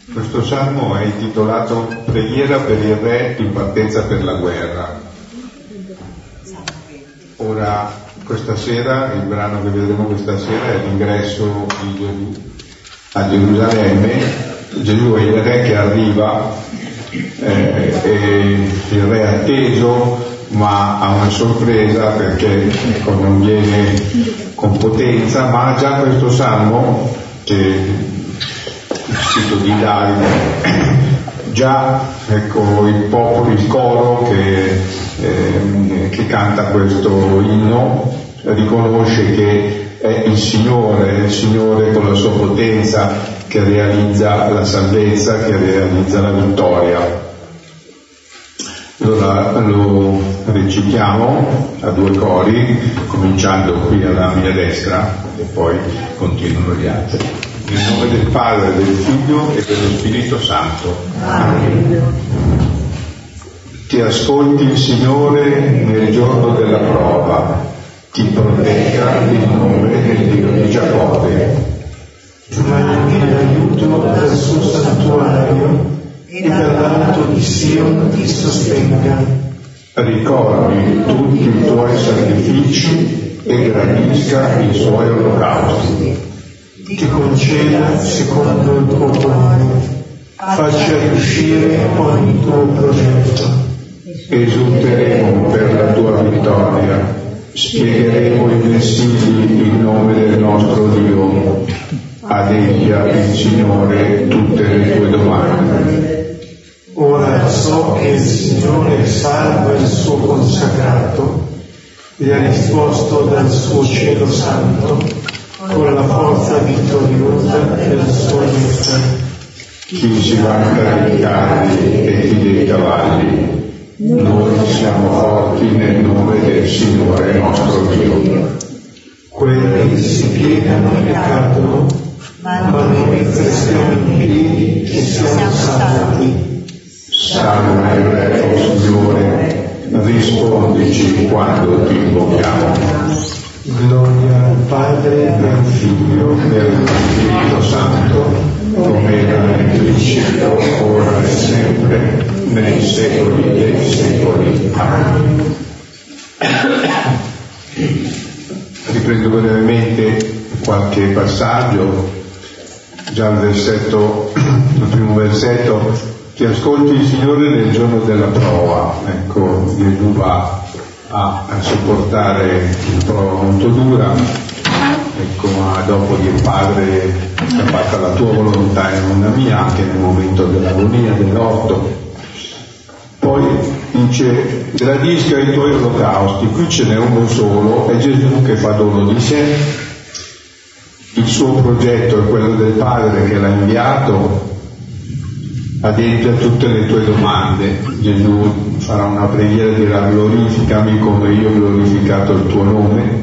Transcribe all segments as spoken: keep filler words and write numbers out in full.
Questo salmo è intitolato Preghiera per il re in partenza per la guerra. Ora, questa sera, il brano che vedremo questa sera è l'ingresso di Gesù a Gerusalemme. Gesù è il re che arriva, eh, è il re atteso, ma ha una sorpresa perché ecco, non viene con potenza, ma già questo salmo, che il sito di Davide, già ecco il popolo, il coro che, eh, che canta questo inno riconosce che è il Signore, è il Signore con la sua potenza che realizza la salvezza, che realizza la vittoria. Allora lo recitiamo a due cori, cominciando qui alla mia destra e poi continuano gli altri. Nel nome del Padre, del Figlio e dello Spirito Santo. Amen. Ti ascolti il Signore nel giorno della prova, ti protegga il nome del Dio di Giacobbe. Mandi l'aiuto dal suo santuario e dall'alto di Sion ti sostenga. Ricordi tutti i tuoi sacrifici e gradisca i suoi olocausti. Ti conceda secondo il tuo cuore, faccia riuscire ogni tuo progetto. Esulteremo per la tua vittoria, spiegheremo invincibili il nome del nostro Dio. Adempia il Signore tutte le tue domande. Ora so che il Signore salva il suo consacrato, gli ha risposto dal suo cielo santo con la forza vittoriosa del suo aiuto. Chi si vanta dei carri e chi dei cavalli, noi siamo forti nel nome del Signore nostro Dio. Quelli si piegano e cadono, ma noi restiamo in piedi e siamo salvi. Salva il Re, o Signore, rispondici quando ti invochiamo. Gloria al Padre, al Figlio e allo Spirito Santo, come era nel principio, ora e sempre, nei secoli dei secoli. Amen. Riprendo brevemente qualche passaggio, già il versetto, il primo versetto. Ti ascolti il Signore nel giorno della prova. Ecco, Gesù va a, a sopportare una prova molto dura, ecco, ma dopo dire Padre, sia fatta la tua volontà e non la mia, anche nel momento dell'agonia, dell'orto. Poi dice, gradisca i tuoi olocausti. Qui ce n'è uno solo, è Gesù che fa dono di sé. Il suo progetto è quello del Padre che l'ha inviato. Adempia tutte le tue domande. Gesù farà una preghiera e dirà glorificami come io ho glorificato il tuo nome.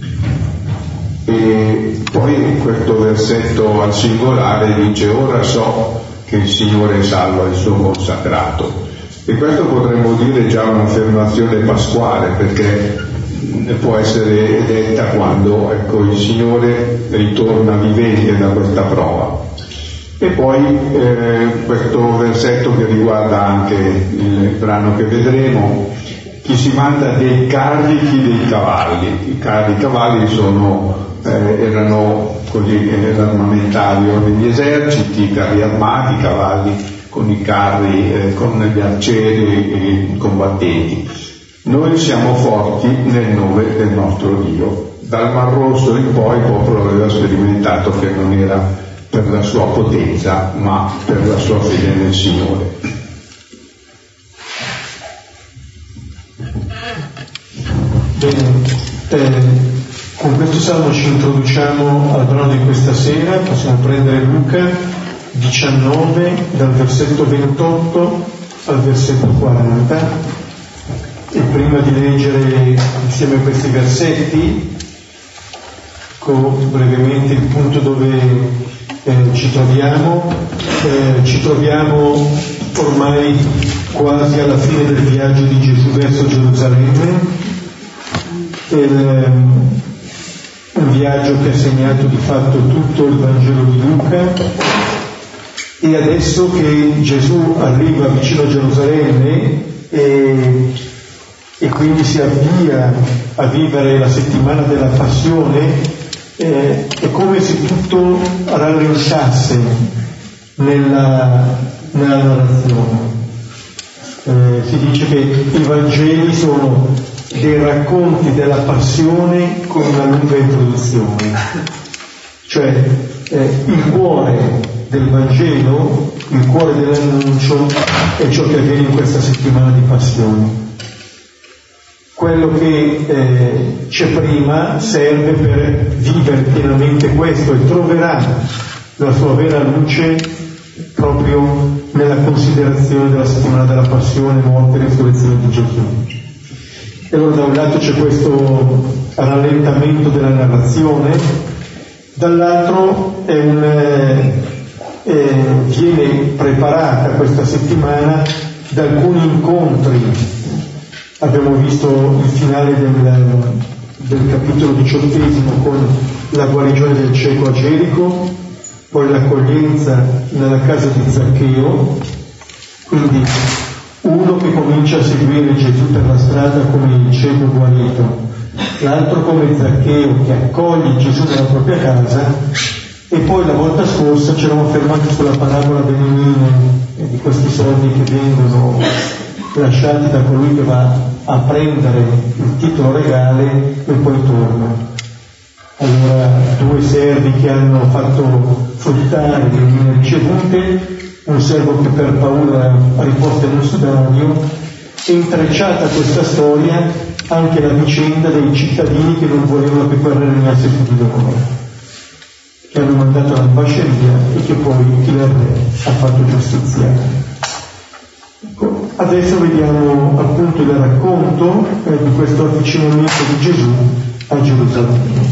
E poi questo versetto al singolare dice ora so che il Signore salva il suo consacrato. E questo potremmo dire già un'affermazione pasquale, perché può essere detta quando ecco, il Signore ritorna vivente da questa prova. E poi eh, questo versetto che riguarda anche il brano che vedremo, chi si manda dei carri, chi dei cavalli. I carri, i cavalli sono, eh, erano così, l'armamentario degli eserciti, i carri armati, i cavalli con i carri, eh, con gli arcieri e i combattenti. Noi siamo forti nel nome del nostro Dio. Dal Mar Rosso in poi il popolo aveva sperimentato che non era per la sua potenza, ma per la sua fede nel Signore. Bene, eh, con questo salmo ci introduciamo al brano di questa sera. Possiamo prendere Luca diciannove, dal versetto ventotto al versetto quaranta, e prima di leggere insieme a questi versetti, ecco brevemente il punto dove Eh, ci troviamo, eh, ci troviamo ormai quasi alla fine del viaggio di Gesù verso Gerusalemme, eh, un viaggio che ha segnato di fatto tutto il Vangelo di Luca, e e adesso che Gesù arriva vicino a Gerusalemme e, e quindi si avvia a vivere la settimana della passione, eh, è come se tutto rallentasse nella, nella narrazione. Eh, si dice che i Vangeli sono dei racconti della passione con una lunga introduzione, cioè eh, il cuore del Vangelo, il cuore dell'annuncio è ciò che avviene in questa settimana di passione. Quello che eh, c'è prima serve per vivere pienamente questo e troverà la sua vera luce proprio nella considerazione della settimana della passione, morte e risurrezione di Gesù. E allora da un lato c'è questo rallentamento della narrazione, dall'altro è un, eh, eh, viene preparata questa settimana da alcuni incontri. Abbiamo visto il finale del, del capitolo diciottesimo con la guarigione del cieco a Gerico, poi l'accoglienza nella casa di Zaccheo, quindi uno che comincia a seguire Gesù per la strada come il cieco guarito, l'altro come Zaccheo che accoglie Gesù nella propria casa, e poi la volta scorsa ci eravamo fermati sulla parabola delle mine, di questi soldi che vengono lasciati da colui che va a prendere il titolo regale e poi torna. Allora, due servi che hanno fatto fruttare le mine ricevute, un servo che per paura ha riposto in un sudario, e intrecciata questa storia anche la vicenda dei cittadini che non volevano che quel re regnasse su di loro, che hanno mandato all'ambasceria e che poi il re ha fatto giustiziare. Ecco, adesso vediamo appunto il racconto eh, di questo avvicinamento di Gesù a Gerusalemme.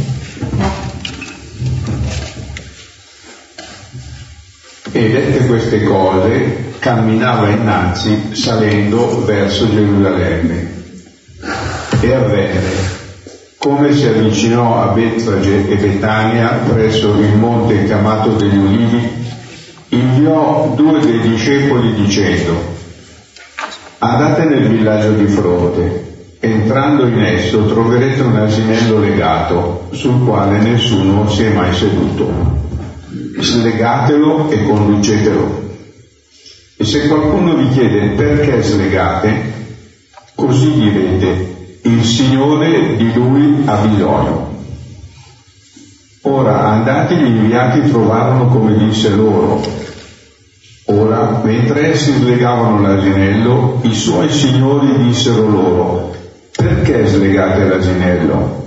E dette queste cose camminava innanzi salendo verso Gerusalemme. E avvenne, come si avvicinò a Betfage e Betania presso il monte chiamato degli Ulivi, inviò due dei discepoli dicendo: andate nel villaggio di fronte, entrando in esso troverete un asinello legato, sul quale nessuno si è mai seduto. Slegatelo e conducetelo. E se qualcuno vi chiede perché slegate, così direte: il Signore di lui ha bisogno. Ora andati gli inviati trovarono come disse loro. Ora, mentre essi slegavano l'asinello, i suoi signori dissero loro: perché slegate l'asinello?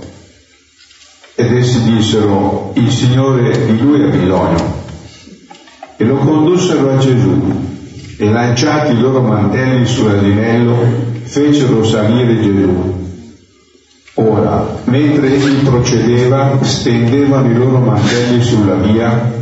Ed essi dissero: il Signore di lui ha bisogno. E lo condussero a Gesù, e lanciati i loro mantelli sull'asinello, fecero salire Gesù. Ora, mentre egli procedeva, stendevano i loro mantelli sulla via.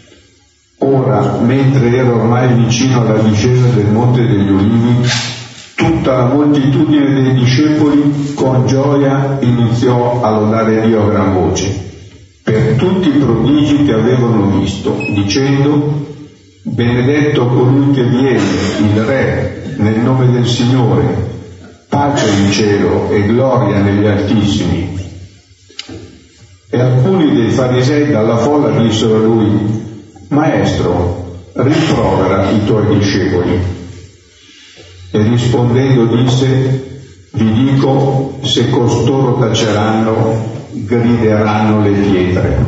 Ora, mentre era ormai vicino alla discesa del Monte degli Ulivi, tutta la moltitudine dei discepoli con gioia iniziò a lodare Dio a gran voce per tutti i prodigi che avevano visto, dicendo: benedetto colui che viene, il Re, nel nome del Signore, pace in cielo e gloria negli altissimi. E alcuni dei farisei dalla folla dissero a lui: Maestro, rimprovera i tuoi discepoli. E rispondendo disse: vi dico, se costoro taceranno, grideranno le pietre.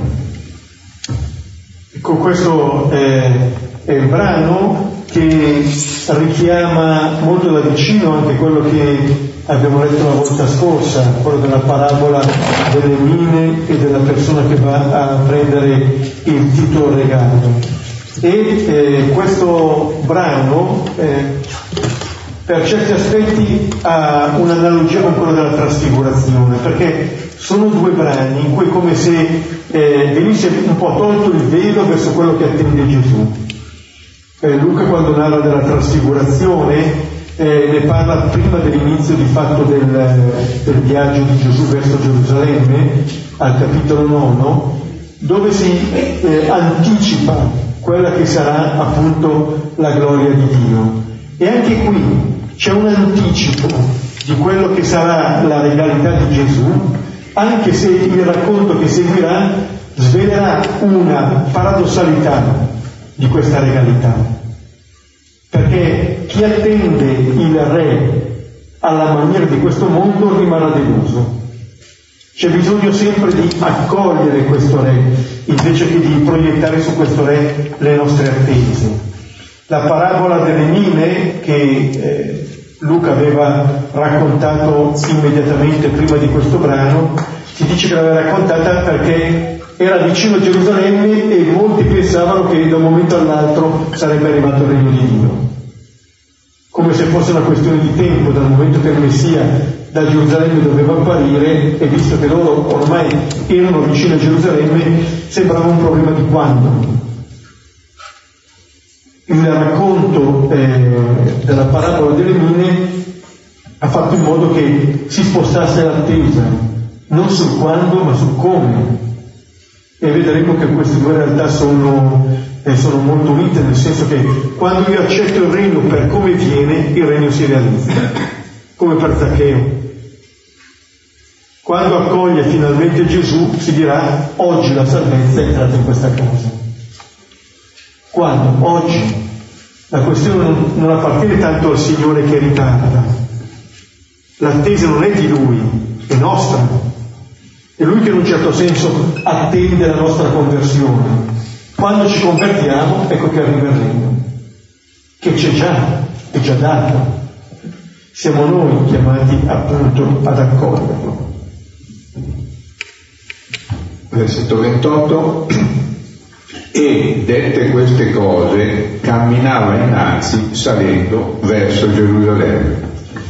Ecco, questo è, è il brano che richiama molto da vicino anche quello che abbiamo letto la volta scorsa, quello della parabola delle mine e della persona che va a prendere il titolo regalo. E eh, questo brano eh, per certi aspetti ha un'analogia con quello della trasfigurazione, perché sono due brani in cui è come se eh, venisse un po' tolto il velo verso quello che attende Gesù. Eh, Luca, quando narra della trasfigurazione, eh, ne parla prima dell'inizio di fatto del, del viaggio di Gesù verso Gerusalemme, al capitolo nono, dove si eh, anticipa quella che sarà appunto la gloria di Dio. E anche qui c'è un anticipo di quello che sarà la regalità di Gesù, anche se il racconto che seguirà svelerà una paradossalità di questa regalità, perché chi attende il re alla maniera di questo mondo rimarrà deluso. C'è bisogno sempre di accogliere questo re invece che di proiettare su questo re le nostre attese. La parabola delle mine che eh, Luca aveva raccontato immediatamente prima di questo brano, si dice che l'aveva raccontata perché era vicino a Gerusalemme e molti pensavano che da un momento all'altro sarebbe arrivato il regno di Dio, come se fosse una questione di tempo, dal momento che il Messia da Gerusalemme doveva apparire, e visto che loro ormai erano vicino a Gerusalemme, sembrava un problema di quando. Il racconto eh, della parabola delle mine ha fatto in modo che si spostasse l'attesa, non sul quando ma sul come, e vedremo che queste due realtà sono, eh, sono molto unite, nel senso che quando io accetto il regno per come viene, il regno si realizza, come per Zaccheo. Quando accoglie finalmente Gesù si dirà: oggi la salvezza è entrata in questa casa. Quando? Oggi. La questione non, non appartiene tanto al Signore che ritarda. L'attesa non è di Lui, è nostra. È Lui che in un certo senso attende la nostra conversione. Quando ci convertiamo, ecco che arriva il regno, che c'è già, è già dato. Siamo noi chiamati appunto ad accoglierlo. Versetto ventotto. E dette queste cose camminava innanzi salendo verso Gerusalemme.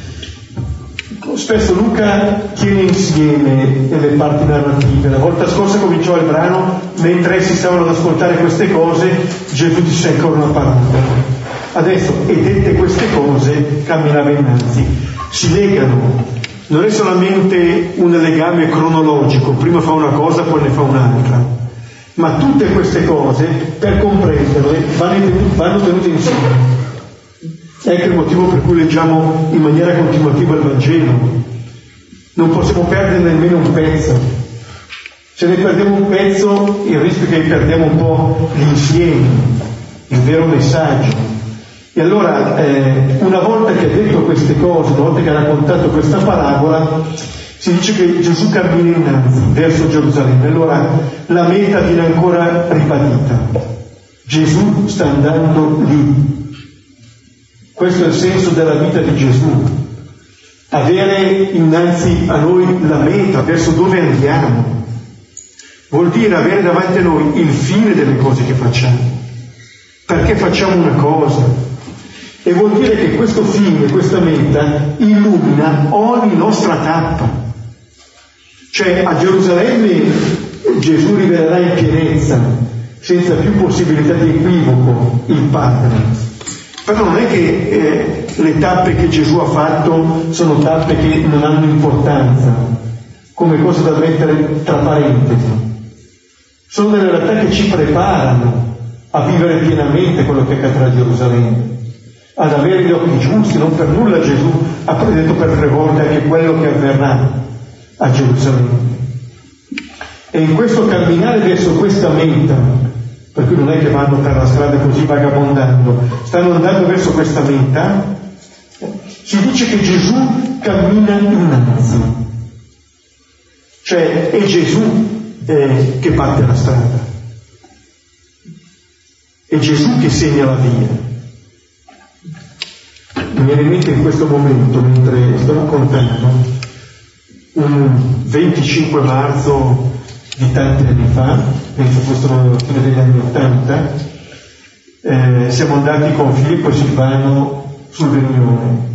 Spesso Luca tiene insieme le parti narrative. La volta scorsa cominciò il brano: mentre essi stavano ad ascoltare queste cose, Gesù disse ancora una parola. Adesso, e dette queste cose, camminava innanzi. Si legano, non è solamente un legame cronologico, prima fa una cosa, poi ne fa un'altra. Ma tutte queste cose, per comprenderle, vanno tenute, vanno tenute insieme. Ecco il motivo per cui leggiamo in maniera continuativa il Vangelo. Non possiamo perdere nemmeno un pezzo. Se ne perdiamo un pezzo, il rischio è che perdiamo un po' l'insieme, il vero messaggio. E allora, eh, una volta che ha detto queste cose, una volta che ha raccontato questa parabola, si dice che Gesù cammina innanzi verso Gerusalemme. Allora la meta viene ancora ribadita: Gesù sta andando lì. Questo è il senso della vita di Gesù, avere innanzi a noi la meta, verso dove andiamo. Vuol dire avere davanti a noi il fine delle cose che facciamo, perché facciamo una cosa, e vuol dire che questo fine, questa meta illumina ogni nostra tappa. Cioè a Gerusalemme Gesù rivelerà in pienezza, senza più possibilità di equivoco, il Padre. Però non è che eh, le tappe che Gesù ha fatto sono tappe che non hanno importanza, come cose da mettere tra parentesi. Sono delle realtà che ci preparano a vivere pienamente quello che accadrà a Gerusalemme, ad avere gli occhi giusti. Non per nulla Gesù ha predetto per tre volte anche quello che avverrà a Gerusalemme. E in questo camminare verso questa meta, per cui non è che vanno per la strada così vagabondando, stanno andando verso questa meta, si dice che Gesù cammina innanzi, cioè è Gesù eh, che batte la strada, è Gesù che segna la via. Mi viene in mente in questo momento, mentre sto raccontando, un venticinque marzo di tanti anni fa, penso fossero la fine degli anni ottanta, eh, siamo andati con Filippo e Silvano sul Venione,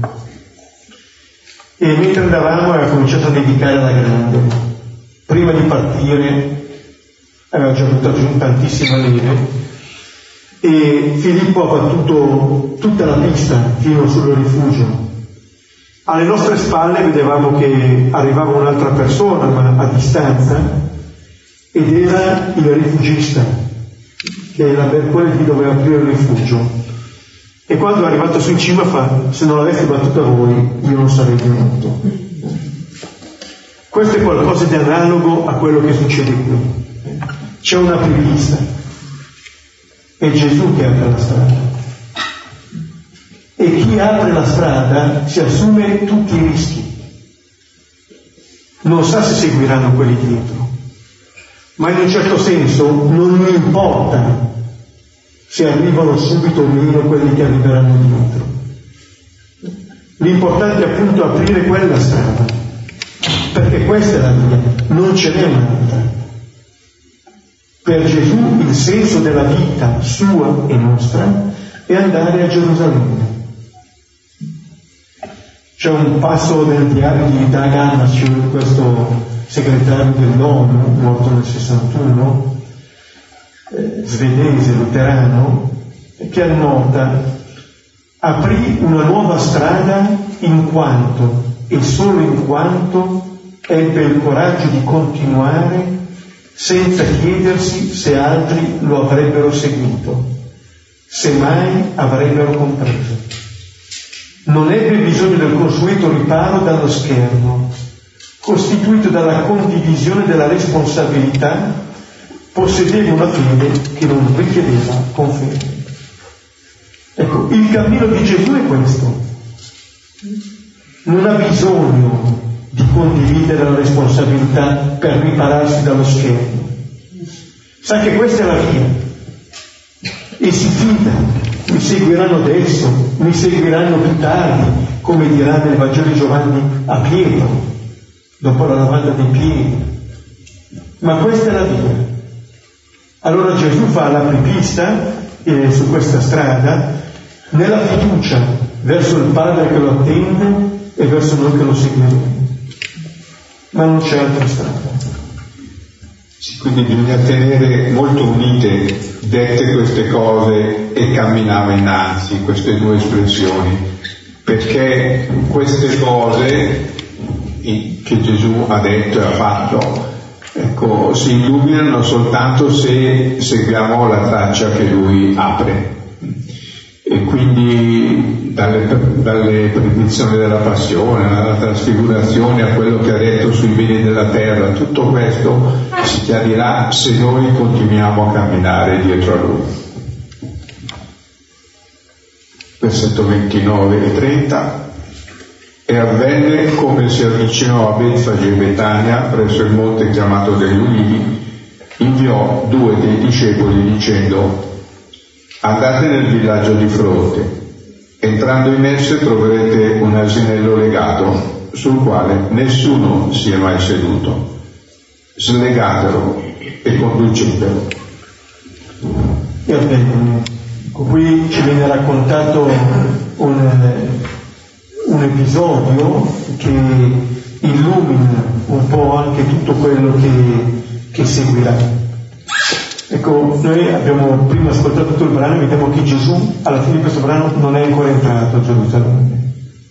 e mentre andavamo aveva cominciato a nevicare alla grande. Prima di partire aveva già buttato giù tantissima neve e Filippo ha battuto tutta la pista fino sul rifugio. Alle nostre spalle vedevamo che arrivava un'altra persona, ma a distanza, ed era il rifugista. che la mercoledì doveva aprire il rifugio. E quando è arrivato su in cima fa: se non l'aveste battuta voi, io non sarei venuto. Questo è qualcosa di analogo a quello che succede qui. C'è una apripista, è Gesù che apre la strada. E chi apre la strada si assume tutti i rischi. Non sa se seguiranno quelli dietro, ma in un certo senso non mi importa se arrivano subito o meno quelli che arriveranno dietro. L'importante è appunto aprire quella strada, perché questa è la via, non ce n'è un'altra. Per Gesù il senso della vita sua e nostra è andare a Gerusalemme. C'è un passo nel diario di Dag Hammarskjöld, questo segretario dell'ONU, morto nel sessantuno, Eh, svedese, luterano, che annota: aprì una nuova strada in quanto e solo in quanto ebbe il coraggio di continuare senza chiedersi se altri lo avrebbero seguito, se mai avrebbero compreso. Non ebbe bisogno del consueto riparo dallo schermo, costituito dalla condivisione della responsabilità. Possedeva una fede che non richiedeva conferme. Ecco, il cammino di Gesù è questo. Non ha bisogno di condividere la responsabilità per ripararsi dallo schermo. Sa che questa è la via. E si fida. Mi seguiranno adesso, mi seguiranno più tardi, come dirà nel Vangelo di Giovanni a Pietro, dopo la lavanda dei piedi. Ma questa è la via. Allora Gesù fa l'apripista eh, su questa strada, nella fiducia verso il Padre che lo attende e verso noi che lo seguiremo. Ma non c'è altra strada. Sì, quindi bisogna tenere molto unite, dette queste cose e camminava innanzi, queste due espressioni, perché queste cose che Gesù ha detto e ha fatto, ecco, si illuminano soltanto se seguiamo la traccia che lui apre. E quindi dalle, dalle predizioni della passione, alla trasfigurazione, a quello che ha detto sui beni della terra, tutto questo si chiarirà se noi continuiamo a camminare dietro a lui. Versetto ventinove e trenta. E avvenne come si avvicinò a Betfage e Betania presso il monte chiamato degli Ulivi, inviò due dei discepoli dicendo: andate nel villaggio di fronte, entrando in esse troverete un asinello legato sul quale nessuno si è mai seduto, slegatelo e conducetelo. E avvenne, qui ci viene raccontato un un episodio che illumina un po' anche tutto quello che, che seguirà. Ecco, noi abbiamo prima ascoltato tutto il brano e vediamo che Gesù alla fine di questo brano non è ancora entrato a Gerusalemme.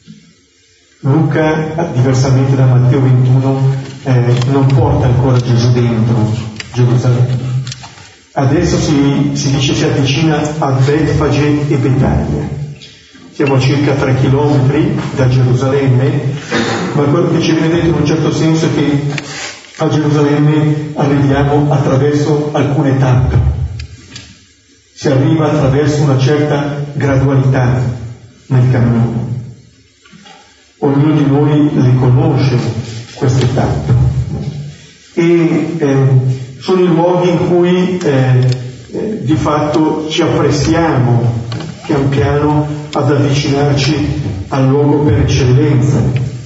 Luca, diversamente da Matteo ventuno, eh, non porta ancora Gesù dentro Gerusalemme. Adesso si, si dice si avvicina a Betfage e Betania. Siamo a circa tre chilometri da Gerusalemme, ma quello che ci viene detto in un certo senso è che a Gerusalemme arriviamo attraverso alcune tappe. Si arriva attraverso una certa gradualità nel cammino. Ognuno di noi le conosce, queste tappe. E eh, sono i luoghi in cui eh, eh, di fatto ci apprestiamo pian piano ad avvicinarci al luogo per eccellenza.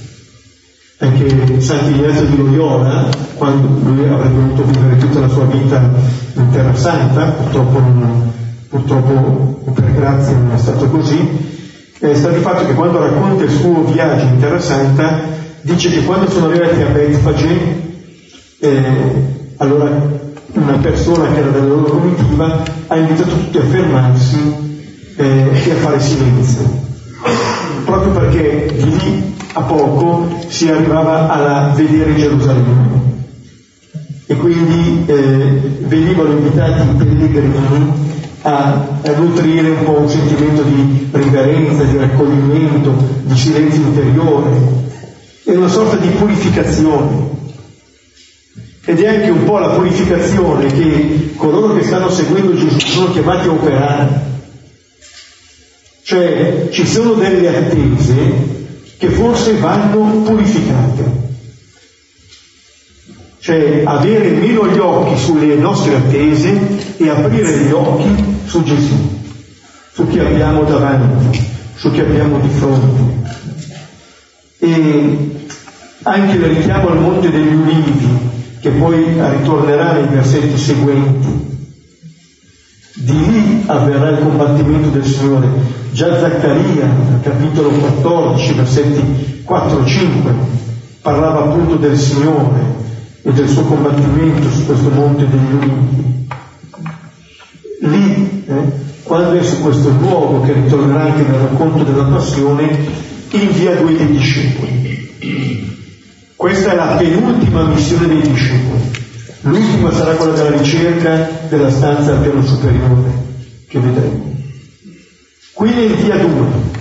Anche Sant'Ignazio di Loyola, quando lui avrebbe voluto vivere tutta la sua vita in Terra Santa, purtroppo, non, purtroppo per grazia non è stato così, è stato il fatto che quando racconta il suo viaggio in Terra Santa dice che quando sono arrivati a Betfage, eh, allora una persona che era della loro comitiva ha invitato tutti a fermarsi Eh, e a fare silenzio, proprio perché di lì a poco si arrivava a vedere Gerusalemme. e quindi eh, venivano invitati i pellegrini a, a nutrire un po' un sentimento di riverenza, di raccoglimento, di silenzio interiore. È una sorta di purificazione. Ed è anche un po' la purificazione che coloro che stanno seguendo Gesù sono chiamati a operare. Cioè ci sono delle attese che forse vanno purificate. Cioè avere meno gli occhi sulle nostre attese e aprire gli occhi su Gesù, su chi abbiamo davanti, su chi abbiamo di fronte. E anche il richiamo al Monte degli Ulivi, che poi ritornerà nei versetti seguenti. Di lì avverrà il combattimento del Signore. Già Zaccaria, capitolo quattordici, versetti quattro e cinque, parlava appunto del Signore e del suo combattimento su questo Monte degli Ulivi. Lì, eh, quando è su questo luogo, che ritornerà anche nel racconto della Passione, invia due dei discepoli. Questa è la penultima missione dei discepoli. L'ultima sarà quella della ricerca della stanza al piano superiore, che vedremo. Qui ne invia due.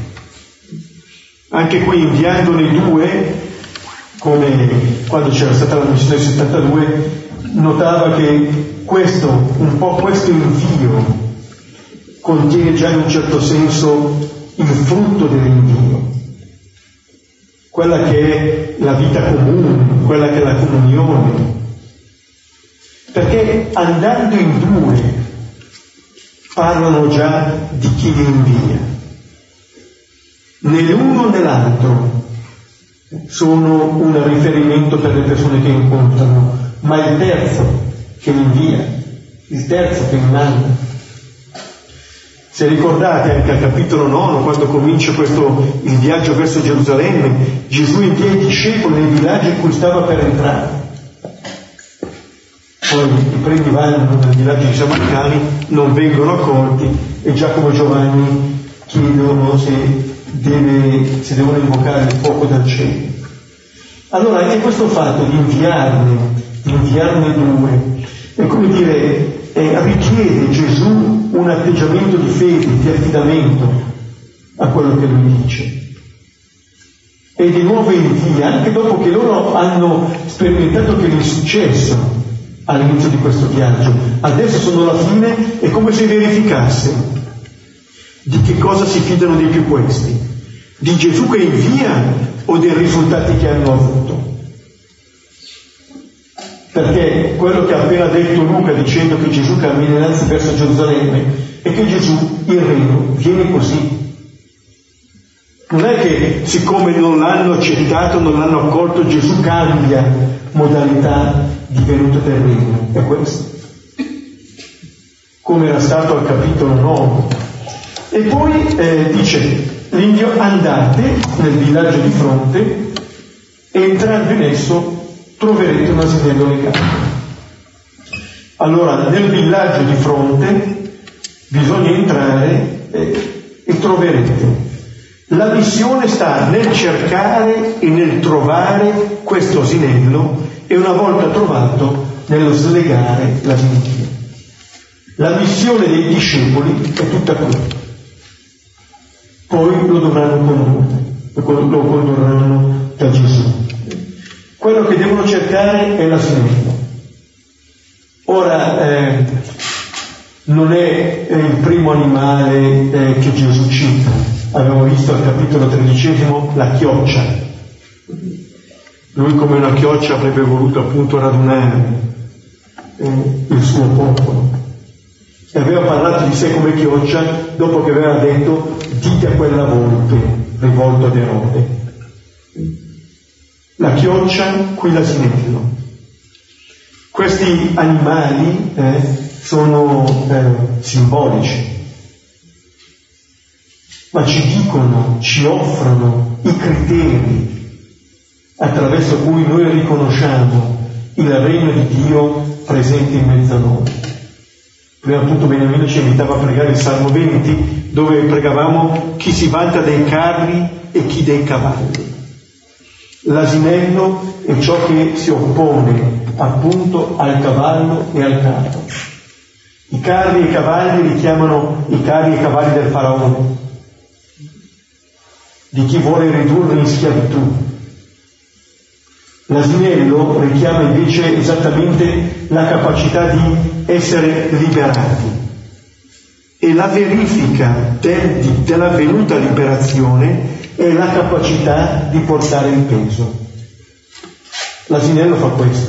Anche qui, inviandone due, come quando c'era stata la missione settantadue, notava che questo, un po' questo invio, contiene già in un certo senso il frutto dell'invio. Quella che è la vita comune, quella che è la comunione. Perché andando in due parlano già di chi li invia. Né l'uno né l'altro sono un riferimento per le persone che incontrano, ma il terzo che li invia, il terzo che li manda. Se ricordate anche al capitolo nove, quando comincia questo, il viaggio verso Gerusalemme, Gesù invia i discepoli nel villaggio in cui stava per entrare. Poi i primi vanno nel villaggio di Samaritani, non vengono accolti e Giacomo e Giovanni chiedono se, deve, se devono invocare il fuoco dal cielo. Allora anche questo fatto di inviarne, di inviarne due, è come dire, eh, richiede Gesù un atteggiamento di fede, di affidamento a quello che lui dice. E di nuovo invia, anche dopo che loro hanno sperimentato che gli è successo all'inizio di questo viaggio. Adesso sono alla fine, è come se verificasse di che cosa si fidano di più questi, di Gesù che invia o dei risultati che hanno avuto. Perché quello che ha appena detto Luca dicendo che Gesù cammina innanzi verso Gerusalemme è che Gesù, il regno, viene così. Non è che siccome non l'hanno accettato, non l'hanno accolto, Gesù cambia modalità di venuta del regno. È questo. Come era stato al capitolo nove. E poi eh, dice, l'invio, andate nel villaggio di fronte e entrando in esso troverete un asinello legato. Allora, nel villaggio di fronte bisogna entrare eh, e troverete. La missione sta nel cercare e nel trovare questo asinello e una volta trovato nello slegare l'asinello. La missione dei discepoli è tutta qui. Poi lo dovranno condurre, lo condurranno da Gesù. Quello che devono cercare è l'asinello. Ora, eh, non è, è il primo animale eh, che Gesù cita. Abbiamo visto al capitolo tredicesimo la chioccia. Lui come una chioccia avrebbe voluto appunto radunare eh, il suo popolo. E aveva parlato di sé come chioccia dopo che aveva detto dite a quella volpe rivolto ad Erode. La chioccia, qui l'asinello. Questi animali eh, sono eh, simbolici, ma ci dicono, ci offrono i criteri attraverso cui noi riconosciamo il regno di Dio presente in mezzo a noi. Prima appunto Beniamino ci invitava a pregare il Salmo venti, dove pregavamo chi si vanta dei carri e chi dei cavalli. L'asinello è ciò che si oppone appunto al cavallo e al carro. I carri e i cavalli richiamano i carri e i cavalli del faraone, di chi vuole ridurre in schiavitù. L'asinello richiama invece esattamente la capacità di essere liberati. E la verifica del, di, dell'avvenuta liberazione è la capacità di portare il peso. L'asinello fa questo.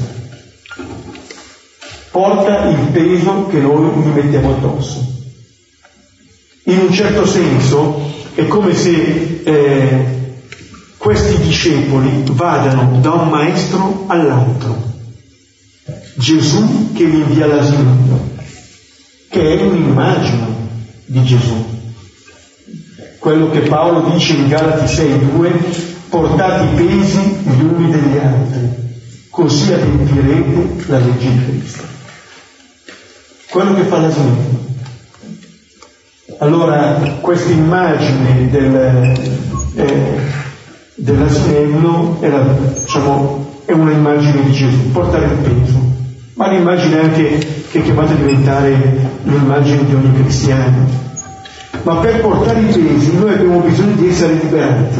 Porta il peso che noi gli mettiamo addosso. In un certo senso è come se eh, questi discepoli vadano da un maestro all'altro. Gesù che li invia all'asinello, che è un'immagine di Gesù. Quello che Paolo dice in Galati sei due: portate i pesi gli uni degli altri, così adempirete la legge di Cristo. Quello che fa l'asinello. Allora questa immagine del, eh, dell'asinello è, la, diciamo, è una immagine di Gesù, portare il peso, ma l'immagine anche che è chiamata a diventare l'immagine di ogni cristiano. Ma per portare i pesi noi abbiamo bisogno di essere liberati,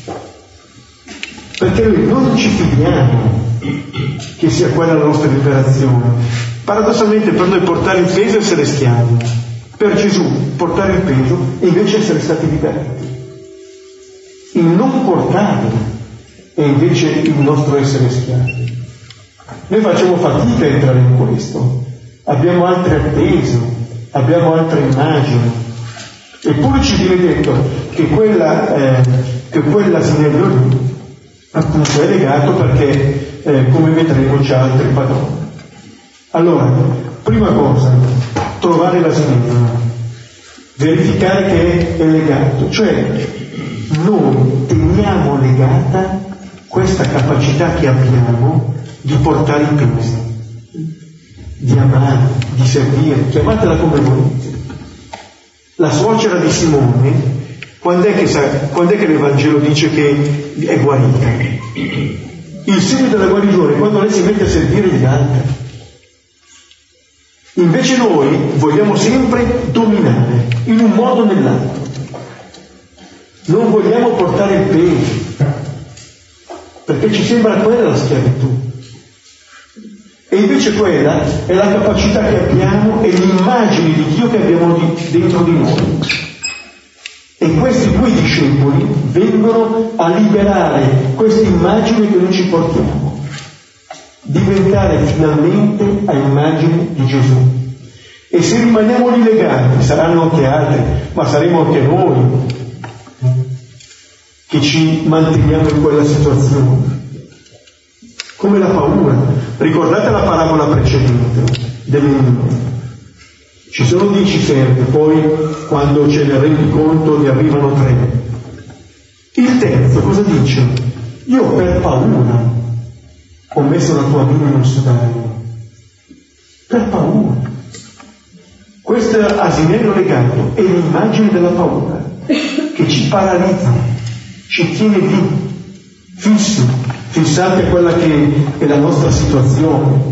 perché noi non ci fidiamo che sia quella la nostra liberazione. Paradossalmente per noi portare il peso è essere schiavi, per Gesù portare il peso è invece essere stati liberati. Il non portarlo è invece il nostro essere schiavi. Noi facciamo fatica a entrare in questo, abbiamo altre attese, abbiamo altre immagini, eppure ci viene detto che quella eh, che quell'asinello lì appunto è legato perché eh, come vedremo c'è altri padroni. Allora, prima cosa, trovare l'asinello, verificare che è legato, cioè noi teniamo legata questa capacità che abbiamo di portare i pesi, di amare, di servire, chiamatela come volete. La suocera di Simone, quando è che, sa, quando è che l'Evangelo dice che è guarita? Il segno della guarigione è quando lei si mette a servire gli altri. Invece noi vogliamo sempre dominare, in un modo o nell'altro. Non vogliamo portare il peso, perché ci sembra quella la schiavitù. E invece quella è la capacità che abbiamo e l'immagine di Dio che abbiamo di, dentro di noi. E questi due discepoli vengono a liberare questa immagine che noi ci portiamo, diventare finalmente a immagine di Gesù. E se rimaniamo lì legati, saranno anche altri, ma saremo anche noi che ci manteniamo in quella situazione. Come la paura. Ricordate la parabola precedente dell'enigma. Ci sono dieci serpi, poi quando ce ne rendi conto ne arrivano tre. Il terzo cosa dice? Io per paura ho messo la tua vita in un sudario. Per paura. Questo asinello legato è l'immagine della paura che ci paralizza, ci tiene lì, fissi, fissati a quella che è la nostra situazione.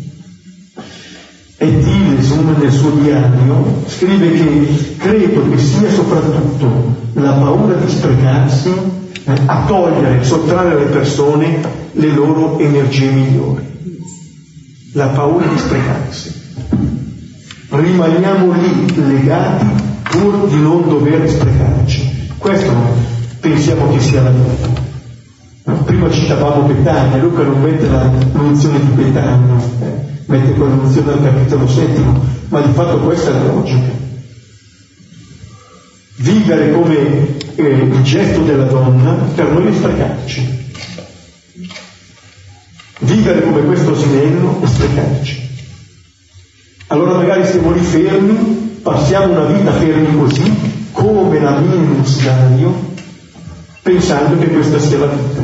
E Tilesum nel suo diario scrive che credo che sia soprattutto la paura di sprecarsi eh, a togliere, sottrarre alle persone le loro energie migliori. La paura di sprecarsi. Rimaniamo lì legati pur di non dover sprecarci. Questo pensiamo che sia la vita. Prima citavamo Betania, Luca non mette la nozione di Betania, eh, mette quella nozione al capitolo settimo, ma di fatto questa è la logica. Vivere come eh, il gesto della donna per noi è sprecarci. Vivere come questo asinello è sprecarci. Allora magari stiamo lì fermi, passiamo una vita fermi così, come la mia in un sudario, pensando che questa sia la vita.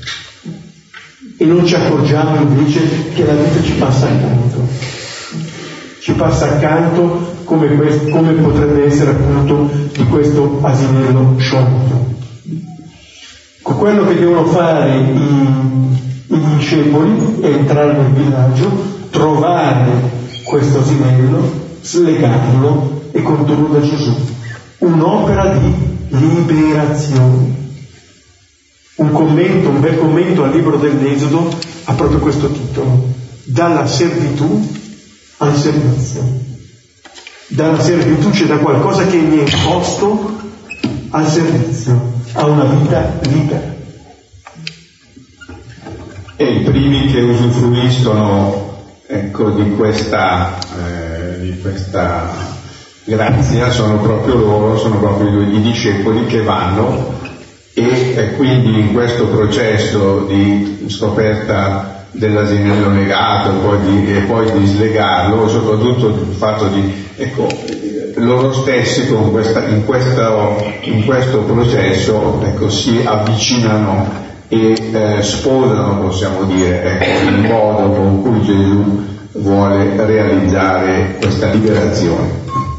E non ci accorgiamo invece che la vita ci passa accanto. Ci passa accanto come, questo, come potrebbe essere appunto di questo asinello sciolto. Con quello che devono fare i, I discepoli entrare nel villaggio, trovare questo asinello, slegarlo e condurlo da Gesù. Un'opera di liberazione. Un commento, un bel commento al libro dell'Esodo ha proprio questo titolo: dalla servitù al servizio. Dalla servitù, c'è da qualcosa che mi è imposto, al servizio, a una vita libera. E i primi che usufruiscono, ecco, di questa, eh, di questa grazia sono proprio loro, sono proprio i discepoli che vanno e, e quindi in questo processo di scoperta dell'asinello negato e poi di, e poi di slegarlo, soprattutto il fatto di, ecco, loro stessi con questa, in, questo, in questo processo, ecco, si avvicinano e eh, sposano, possiamo dire, ecco, il modo con cui Gesù vuole realizzare questa liberazione.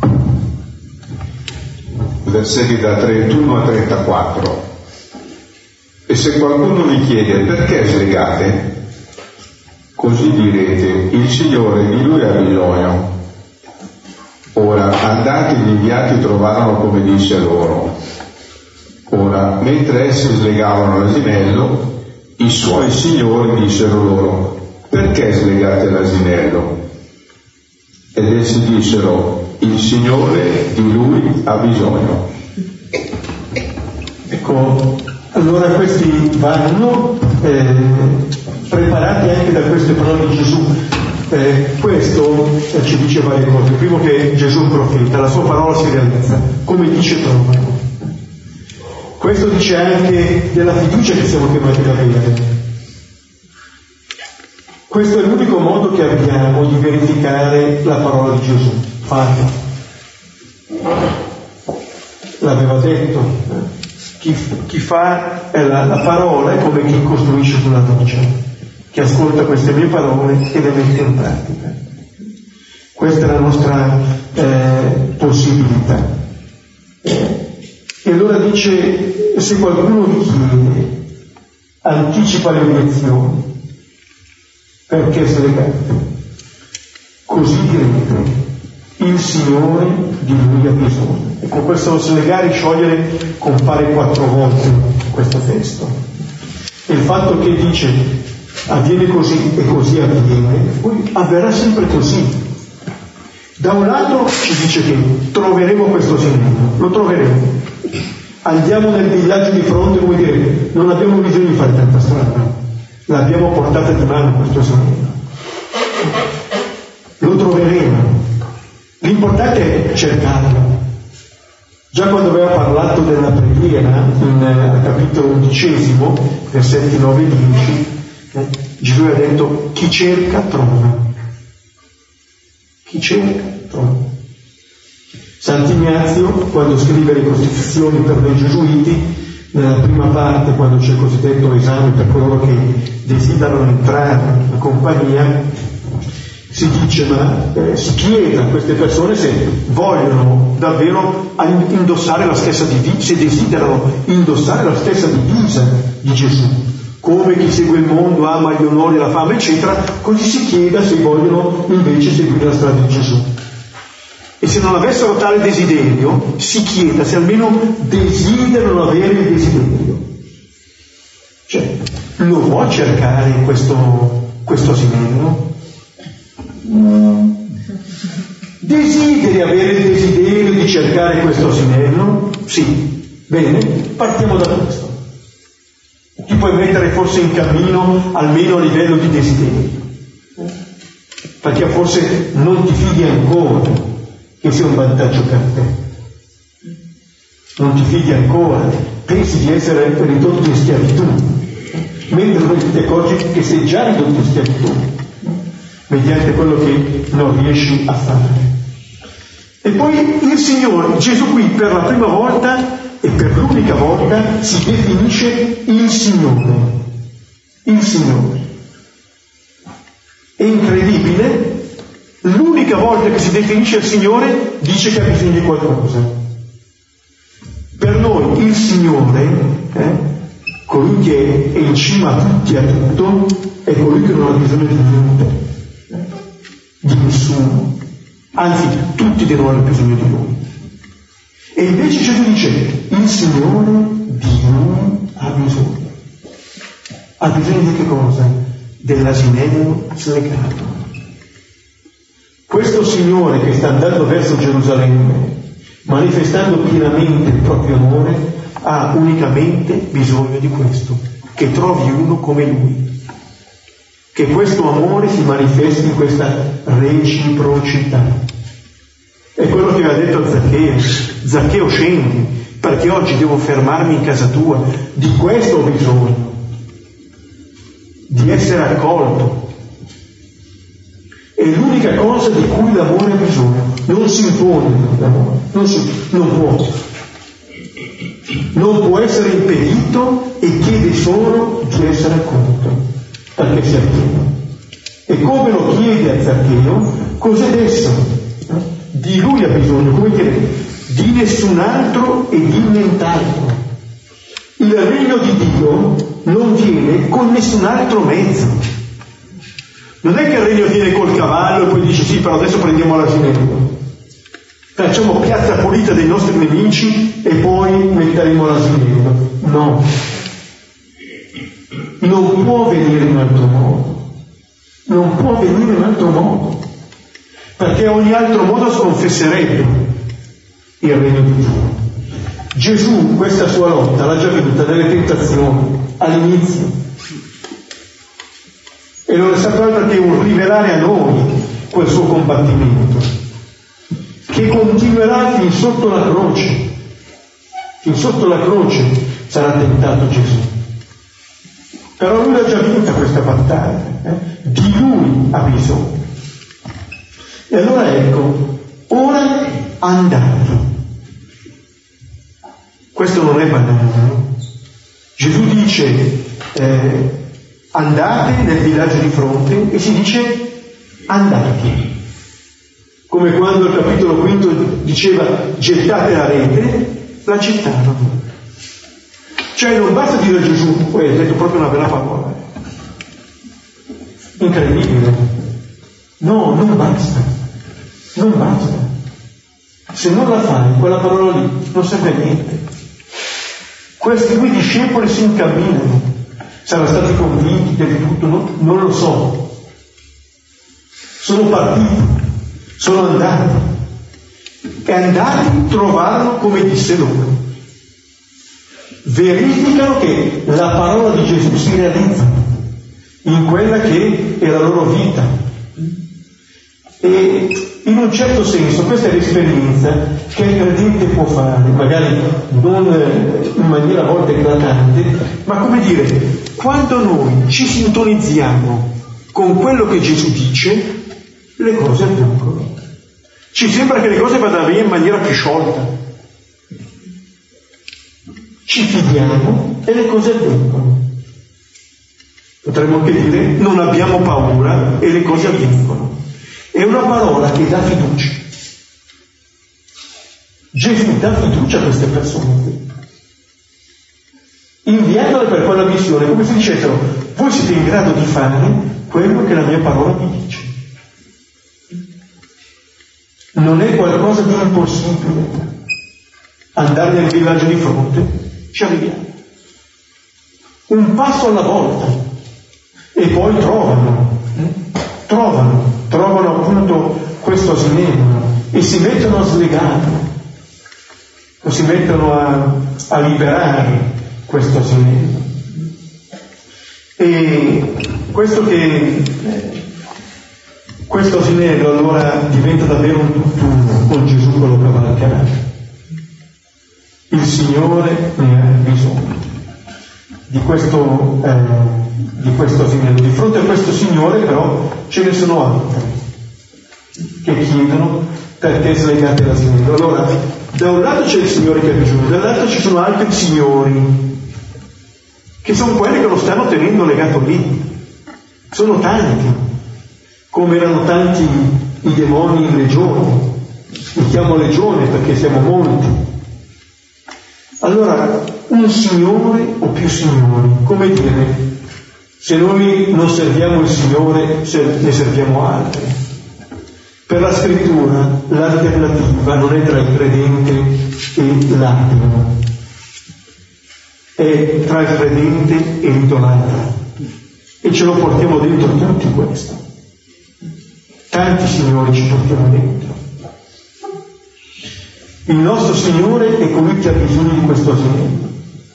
Versetti da trentuno a trentaquattro. E se qualcuno vi chiede perché slegate, così direte: il Signore di lui ha bisogno. Ora andate, gli inviati trovarono come disse loro. Ora, mentre essi slegavano l'asinello, i suoi signori dissero loro: perché slegate l'asinello? Ed essi dissero: il Signore di lui ha bisogno. Ecco, allora questi vanno eh, preparati anche da queste parole di Gesù. Eh, questo eh, ci dice varie cose. Primo, che Gesù è un profeta, la sua parola si realizza, come dice trovano. Questo dice anche della fiducia che siamo chiamati ad avere. Questo è l'unico modo che abbiamo di verificare la parola di Gesù. Fatto. L'aveva detto. Chi, chi fa eh, la, la parola è come chi costruisce sulla roccia, che ascolta queste mie parole e le mette in pratica. Questa è la nostra eh, possibilità. E allora dice: se qualcuno vi chiede, anticipa le obiezioni, perché slegate? Così direte: il Signore di lui ha bisogno. E con questo slegare e sciogliere compare quattro volte questo testo. E il fatto che dice avviene così e così avviene, poi avverrà sempre così. Da un lato ci dice che troveremo questo Signore, lo troveremo. Andiamo nel villaggio di fronte, come dire, non abbiamo bisogno di fare tanta strada, l'abbiamo portata di mano questo Signore. Lo troveremo. L'importante è cercarlo. Già quando aveva parlato della preghiera, in eh, capitolo undicesimo, versetti nove e dieci, eh, Gesù ha detto: chi cerca trova. Chi cerca trova. Sant'Ignazio, quando scrive le Costituzioni per noi Gesuiti, nella prima parte, quando c'è il cosiddetto esame per coloro che desiderano entrare in compagnia, si dice, ma eh, si chiede a queste persone se vogliono davvero indossare la stessa divisa, se desiderano indossare la stessa divisa di Gesù, come chi segue il mondo ama gli onori, la fama, eccetera. Così si chieda se vogliono invece seguire la strada di Gesù. E se non avessero tale desiderio, si chieda se almeno desiderano avere il desiderio. Cioè, lo vuoi cercare questo, questo asinello? Desideri avere il desiderio di cercare questo asinello? Sì. Bene, partiamo da questo. Ti puoi mettere forse in cammino almeno a livello di desiderio, perché forse non ti fidi ancora che sia un vantaggio per te, non ti fidi ancora, pensi di essere ridotto in schiavitù, mentre poi ti accorgi che sei già ridotto in schiavitù mediante quello che non riesci a fare. E poi il Signore, Gesù qui per la prima volta e per l'unica volta si definisce il Signore. Il Signore. È incredibile, l'unica volta che si definisce il Signore dice che ha bisogno di qualcosa. Per noi il Signore, eh, colui che è in cima a tutti e a tutto, è colui che non ha bisogno di niente, di nessuno, anzi tutti devono avere bisogno di lui. E invece Gesù dice: il Signore di noi ha bisogno. Ha bisogno di che cosa? Dell'asinello slegato. Questo Signore che sta andando verso Gerusalemme, manifestando pienamente il proprio amore, ha unicamente bisogno di questo, che trovi uno come lui, che questo amore si manifesti in questa reciprocità. È quello che aveva detto a Zaccheo: Zaccheo, scendi, perché oggi devo fermarmi in casa tua. Di questo ho bisogno, di essere accolto. È l'unica cosa di cui l'amore ha bisogno. Non si impone l'amore, non, si, non può. Non può essere impedito e chiede solo di essere accolto, perché sia pieno. E come lo chiede a Zaccheo, cos'è adesso? Di lui ha bisogno, come dire, di nessun altro e di nient'altro. Il regno di Dio non viene con nessun altro mezzo. Non è che il regno viene col cavallo e poi dice: sì, però adesso prendiamo l'asinello, facciamo piazza pulita dei nostri nemici e poi metteremo l'asinello. No, non può venire in altro modo, non può venire in altro modo, perché ogni altro modo sconfesserebbe il regno di Dio. Gesù questa sua lotta l'ha già venuta nelle tentazioni all'inizio, e non è stato altro che un rivelare a noi quel suo combattimento, che continuerà fin sotto la croce. Fin sotto la croce sarà tentato Gesù, però lui l'ha già vinta questa battaglia, eh? Di lui ha bisogno. E allora ecco, ora andate. Questo non è banale, no? Gesù dice eh, andate nel villaggio di fronte, e si dice andate. Come quando il capitolo quinto diceva gettate la rete, la gettarono. Cioè non basta dire a Gesù, poi ha detto proprio una bella parola. Incredibile. No, non basta. Non basta. Se non la fai, quella parola lì non serve a niente. Questi due discepoli si incamminano. Saranno stati convinti di tutto, no? Non lo so. Sono partiti, sono andati. E andati trovarono come disse loro. Verificano che la parola di Gesù si realizza in quella che è la loro vita. E in un certo senso questa è l'esperienza che il credente può fare, magari non in maniera a volte eclatante, ma come dire, quando noi ci sintonizziamo con quello che Gesù dice, le cose avvengono. Ci sembra che le cose vadano via in maniera più sciolta. Ci fidiamo e le cose avvengono. Potremmo anche dire non abbiamo paura e le cose avvengono. È una parola che dà fiducia. Gesù dà fiducia a queste persone, inviandole per quella missione, come se dicessero: voi siete in grado di fare quello che la mia parola vi dice. Non è qualcosa di impossibile. Andare nel villaggio di fronte, ci arriviamo. Un passo alla volta. E poi trovano, eh? trovano, trovano appunto questo asinello e si mettono a slegare, o si mettono a, a liberare questo asinello. E questo che eh, questo asinello allora diventa davvero un tutt'uno con Gesù che lo cavalcherà. Il Signore ne ha bisogno di questo, eh, di questo asinello. Di fronte a questo Signore però ce ne sono altri che chiedono perché slegate l'asinello. Allora, da un lato c'è il Signore che ha bisogno, dall'altro ci sono altri signori che sono quelli che lo stanno tenendo legato lì. Sono tanti, come erano tanti i demoni in legione. Li chiamo legione perché siamo molti. Allora, un Signore o più Signori. Come dire, se noi non serviamo il Signore, ne serviamo altri. Per la Scrittura l'alternativa non è tra il credente e l'ateo, è tra il credente e l'idolatra, e ce lo portiamo dentro tutti questo. Tanti signori ci portiamo dentro. Il nostro Signore è colui che ha bisogno di questo asinello,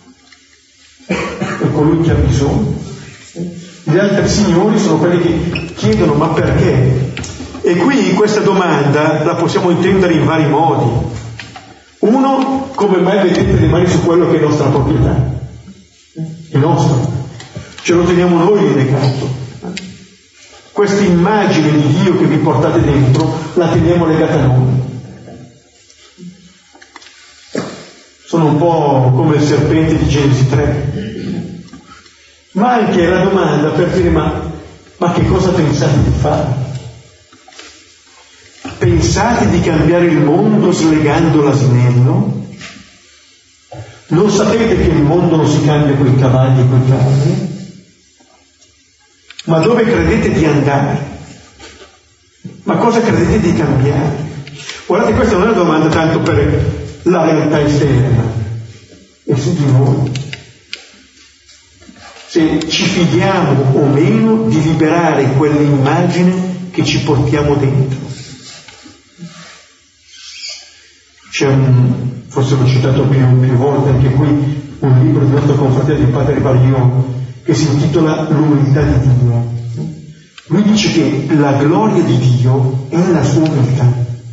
è colui che ha bisogno. Gli altri signori sono quelli che chiedono ma perché? E qui questa domanda la possiamo intendere in vari modi. Uno, come mai mettete le mani su quello che è nostra proprietà? È nostro, ce lo teniamo noi legato. Questa immagine di Dio che vi portate dentro la teniamo legata a noi. Sono un po' come il serpente di Genesi tre. Ma anche la domanda per dire ma, ma che cosa pensate di fare? Pensate di cambiare il mondo slegando l'asinello? Non sapete che il mondo non si cambia con i cavalli e con i carri? Ma dove credete di andare? Ma cosa credete di cambiare? Guardate, questa non è una domanda tanto per la realtà esterna, è su di noi. Se ci fidiamo o meno di liberare quell'immagine che ci portiamo dentro. C'è un, forse l'ho citato più, più volte anche qui, un libro del nostro confratello di Padre Barillon che si intitola L'umiltà di Dio. Lui dice che la gloria di Dio è la sua umiltà.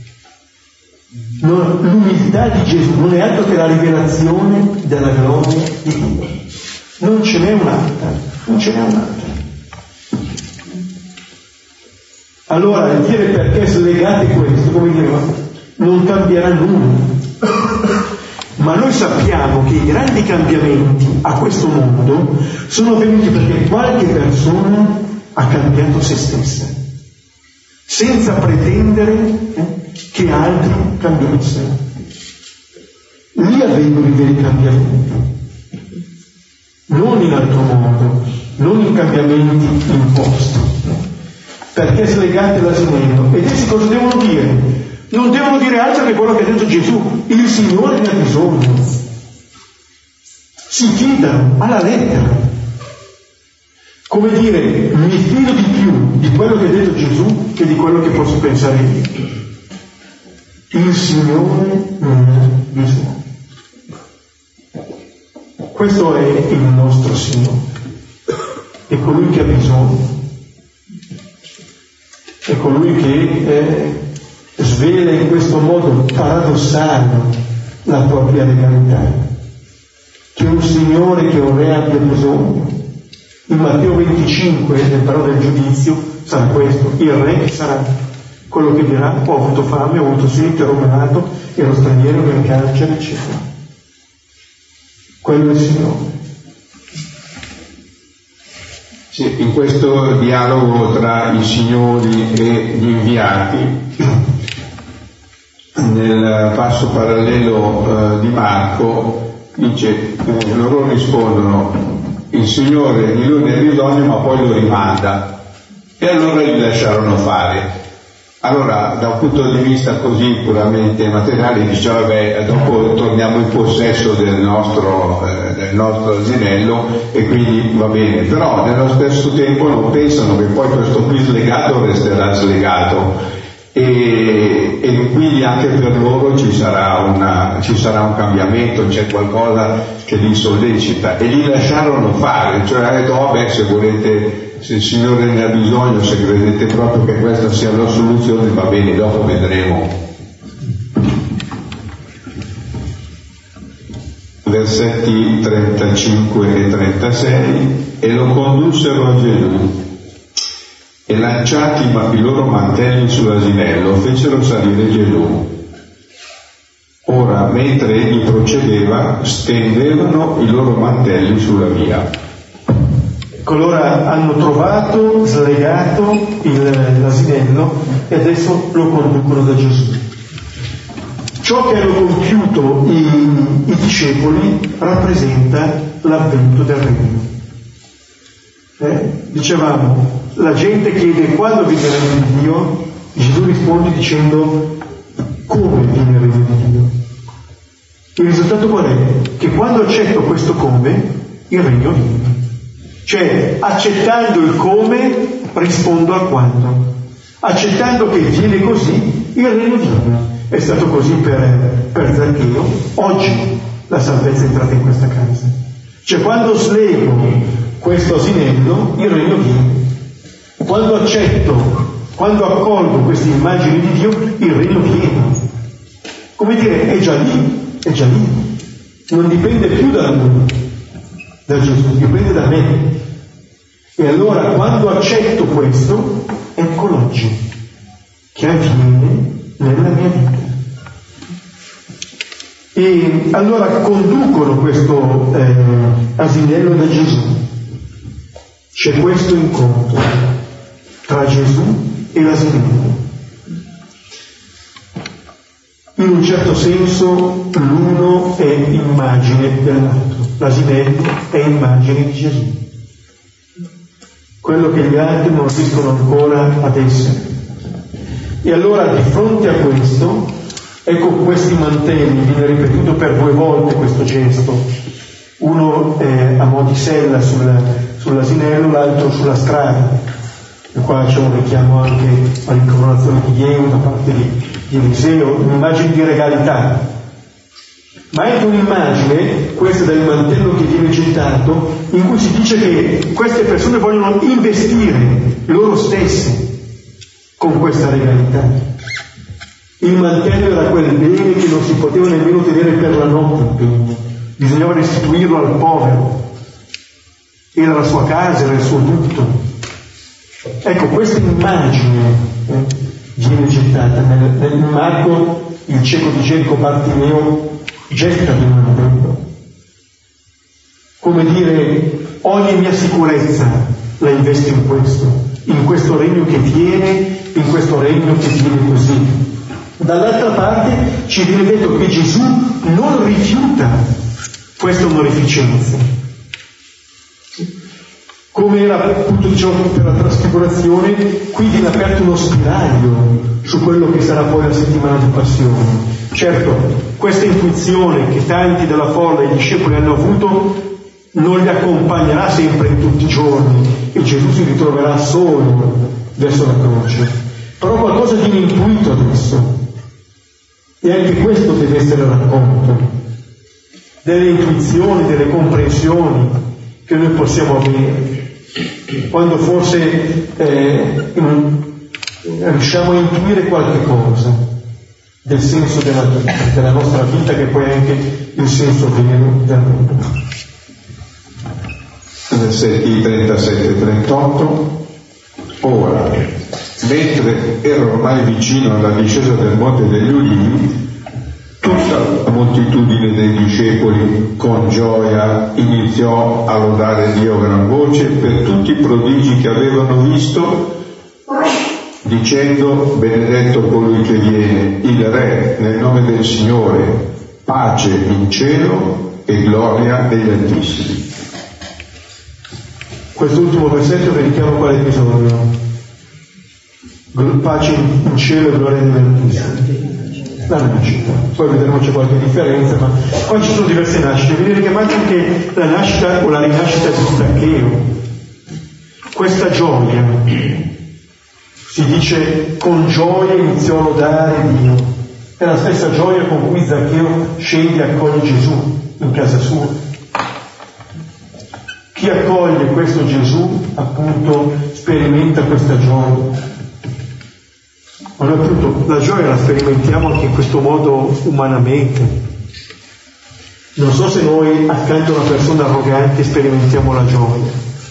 Non, l'umiltà di Gesù non è altro che la rivelazione della gloria di Dio. Non ce n'è un'altra, non ce n'è un'altra. Allora, dire perché slegate questo, come dire, non cambierà nulla. Ma noi sappiamo che i grandi cambiamenti a questo mondo sono avvenuti perché qualche persona ha cambiato se stessa, senza pretendere eh, che altri cambiassero. Lì avvengono i veri cambiamenti, non in altro modo, non in cambiamenti imposti. Perché slegate l'asinello? Ed essi cosa devono dire? Non devono dire altro che quello che ha detto Gesù: il Signore ne ha bisogno. Si fidano alla lettera. Come dire, mi fido di più di quello che ha detto Gesù che di quello che posso pensare io. Il Signore non ha bisogno. Questo è il nostro Signore. È colui che ha bisogno. È colui che è svela in questo modo paradossale la propria legalità, che un Signore, che un Re abbia bisogno. In Matteo venticinque, nel parole del giudizio, sarà questo: il Re sarà quello che dirà: ho avuto fame, ho avuto sete, ero malato, ero straniero, ero in carcere, eccetera. Quello è il Signore. Sì, in questo dialogo tra i signori e gli inviati, nel passo parallelo eh, di Marco, dice, eh, loro rispondono: il Signore di lui ne ha bisogno, ma poi lo rimanda, e allora li lasciarono fare. Allora, da un punto di vista così puramente materiale, dice, vabbè, dopo torniamo in possesso del nostro, eh, del nostro asinello e quindi va bene. Però nello stesso tempo non pensano che poi questo qui slegato resterà slegato, e, e quindi anche per loro ci sarà, una, ci sarà un cambiamento, c'è qualcosa che li sollecita, e li lasciarono fare, cioè ha detto, vabbè, se volete, se il Signore ne ha bisogno, se credete proprio che questa sia la soluzione, va bene, dopo vedremo. Versetti trentacinque e trentasei: e lo condussero a Gesù, e lanciati i loro mantelli sull'asinello, fecero salire Gesù. Ora, mentre egli procedeva, stendevano i loro mantelli sulla via. Coloro hanno trovato, slegato il, l'asinello, e adesso lo conducono da Gesù. Ciò che hanno compiuto i, i discepoli discepoli rappresenta l'avvento del regno. Eh? Dicevamo, la gente chiede quando viene il regno di Dio, Gesù risponde dicendo come viene il regno di Dio. Il risultato qual è? Che quando accetto questo come, il regno viene. Cioè, accettando il come, rispondo al quando. Accettando che viene così, il regno viene. È stato così per, per Zaccheo. Oggi la salvezza è entrata in questa casa. Cioè, quando slego questo asinello, il regno viene. Quando accetto, quando accolgo queste immagini di Dio, il regno viene. Come dire, è già lì, è già lì. Non dipende più da lui, da Gesù, dipende da me. E allora, quando accetto questo, ecco l'oggi che avviene nella mia vita. E allora conducono questo eh, asinello da Gesù. C'è questo incontro tra Gesù e l'asinello. In un certo senso l'uno è immagine dell'altro, l'asinello è immagine di Gesù, quello che gli altri non riescono ancora ad essere. E allora di fronte a questo, ecco questi mantelli, viene ripetuto per due volte questo gesto, uno eh, a mo' di sella sul, sull'asinello, l'altro sulla strada. E qua c'è un richiamo anche all'incoronazione di Jehu da parte di, di Eliseo, un'immagine di regalità. Ma è un'immagine, questa del mantello che viene gettato, in cui si dice che queste persone vogliono investire loro stesse con questa regalità. Il mantello era quel bene che non si poteva nemmeno tenere per la notte, bisognava restituirlo al povero. Era la sua casa, era il suo tutto. Ecco, questa immagine eh, viene gettata nel, nel Marco, il cieco di Gerico Bartimeo getta il mantello, come dire, ogni mia sicurezza la investo in questo, in questo regno che viene, in questo regno che viene così. Dall'altra parte ci viene detto che Gesù non rifiuta questa onorificenza. Come era appunto diciamo per la trasfigurazione, qui viene aperto uno spiraglio su quello che sarà poi la settimana di passione. Certo, questa intuizione che tanti della folla e i discepoli hanno avuto non li accompagnerà sempre in tutti i giorni e Gesù si ritroverà solo verso la croce, però qualcosa viene intuito adesso e anche questo deve essere raccolto, delle intuizioni, delle comprensioni che noi possiamo avere quando forse eh, riusciamo a intuire qualche cosa del senso della, della nostra vita, che poi è anche il senso vero del mondo. Versetti trentasette trentotto. Ora, mentre era ormai vicino alla discesa del Monte degli Ulivi, tutta la moltitudine dei discepoli con gioia iniziò a lodare Dio a gran voce per tutti i prodigi che avevano visto, dicendo: benedetto colui che viene, il Re, nel nome del Signore, pace in cielo e gloria degli Altissimi. Quest'ultimo versetto vediamo quale episodio: pace in cielo e gloria degli Altissimi. La nascita, poi vedremo c'è qualche differenza, ma qua ci sono diverse nascite. Viene richiamata anche la nascita o la rinascita di Zaccheo. Questa gioia, si dice, con gioia iniziò a lodare Dio. È la stessa gioia con cui Zaccheo scende e accoglie Gesù in casa sua. Chi accoglie questo Gesù, appunto, sperimenta questa gioia. Ma noi appunto la gioia la sperimentiamo anche in questo modo umanamente. Non so se noi accanto a una persona arrogante sperimentiamo la gioia.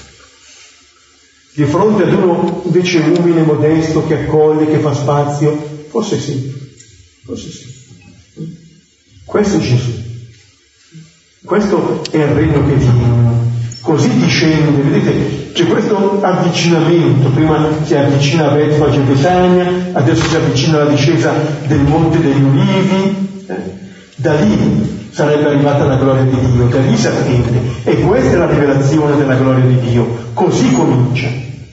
Di fronte ad uno invece umile, modesto, che accoglie, che fa spazio, forse sì, forse sì. Questo è Gesù. Questo è il regno che viene. Così discende, vedete, c'è questo avvicinamento, prima si avvicina a Betfage e Betania, adesso si avvicina alla discesa del Monte degli Ulivi, eh? Da lì sarebbe arrivata la gloria di Dio, da lì si attende. E questa è la rivelazione della gloria di Dio, così comincia.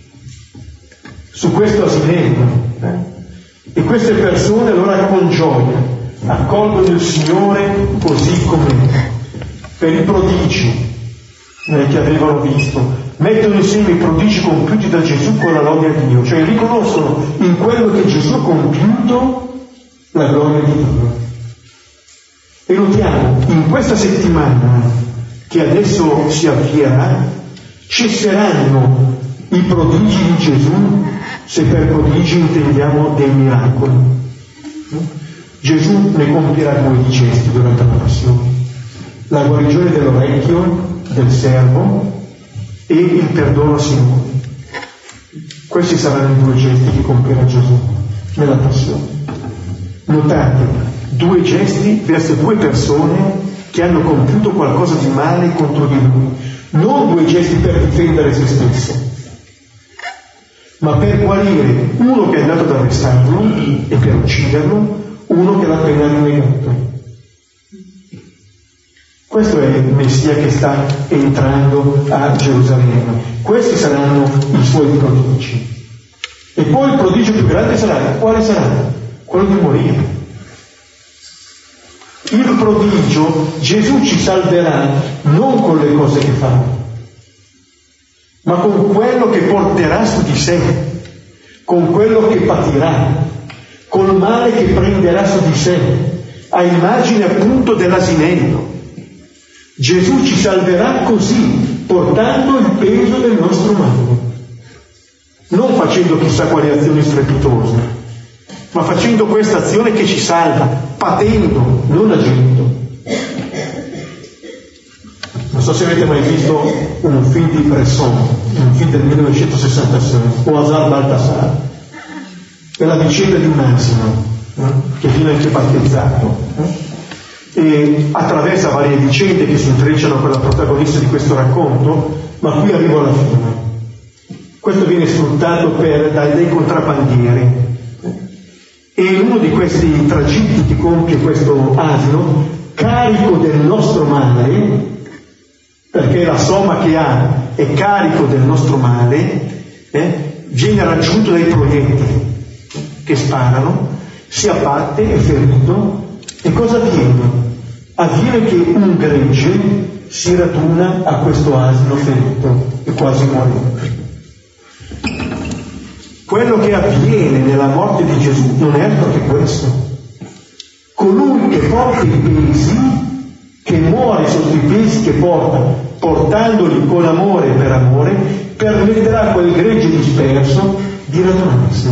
Su questo asinello. Eh? E queste persone allora con gioia accolgono il Signore così com'è. Per i prodigi eh, che avevano visto, mettono insieme i prodigi compiuti da Gesù con la lode a Dio, cioè riconoscono in quello che Gesù ha compiuto la gloria di Dio. E notiamo, in questa settimana che adesso si avvierà, cesseranno i prodigi di Gesù, se per prodigi intendiamo dei miracoli. Gesù ne compierà due di gesti durante la passione: la guarigione dell'orecchio del servo e il perdono a Simone. Questi saranno i due gesti che compierà Gesù nella passione. Notate, due gesti verso due persone che hanno compiuto qualcosa di male contro di lui, non due gesti per difendere se stesso, ma per guarire uno che è andato ad arrestarlo e per ucciderlo, uno che l'ha appena rinnegato. Questo è il Messia che sta entrando a Gerusalemme. Questi saranno i suoi prodigi. E poi il prodigio più grande sarà, quale sarà? Quello di morire. Il prodigio, Gesù ci salverà non con le cose che fa, ma con quello che porterà su di sé, con quello che patirà, col male che prenderà su di sé, a immagine appunto dell'asinello. Gesù ci salverà così, portando il peso del nostro male, non facendo chissà quali azioni strepitose, ma facendo questa azione che ci salva, patendo, non agendo. Non so se avete mai visto un film di Bresson, un film del millenovecentosessantasei, o Hasard Balthasar. È la vicenda di un asino eh, che viene anche battezzato eh, e attraversa varie vicende che si intrecciano con la protagonista di questo racconto, ma qui arrivo alla fine. Questo viene sfruttato per, dai, dai contrabbandieri e in uno di questi tragitti che compie questo asino, carico del nostro male, perché la somma che ha è carico del nostro male, eh, viene raggiunto dai proiettili che sparano, si abbatte, è ferito, e cosa avviene? Avviene che un gregge si raduna a questo asino ferito e quasi morente. Quello che avviene nella morte di Gesù non è altro che questo. Colui che porta i pesi, che muore sotto i pesi che porta, portandoli con amore e per amore, permetterà a quel gregge disperso di radunarsi.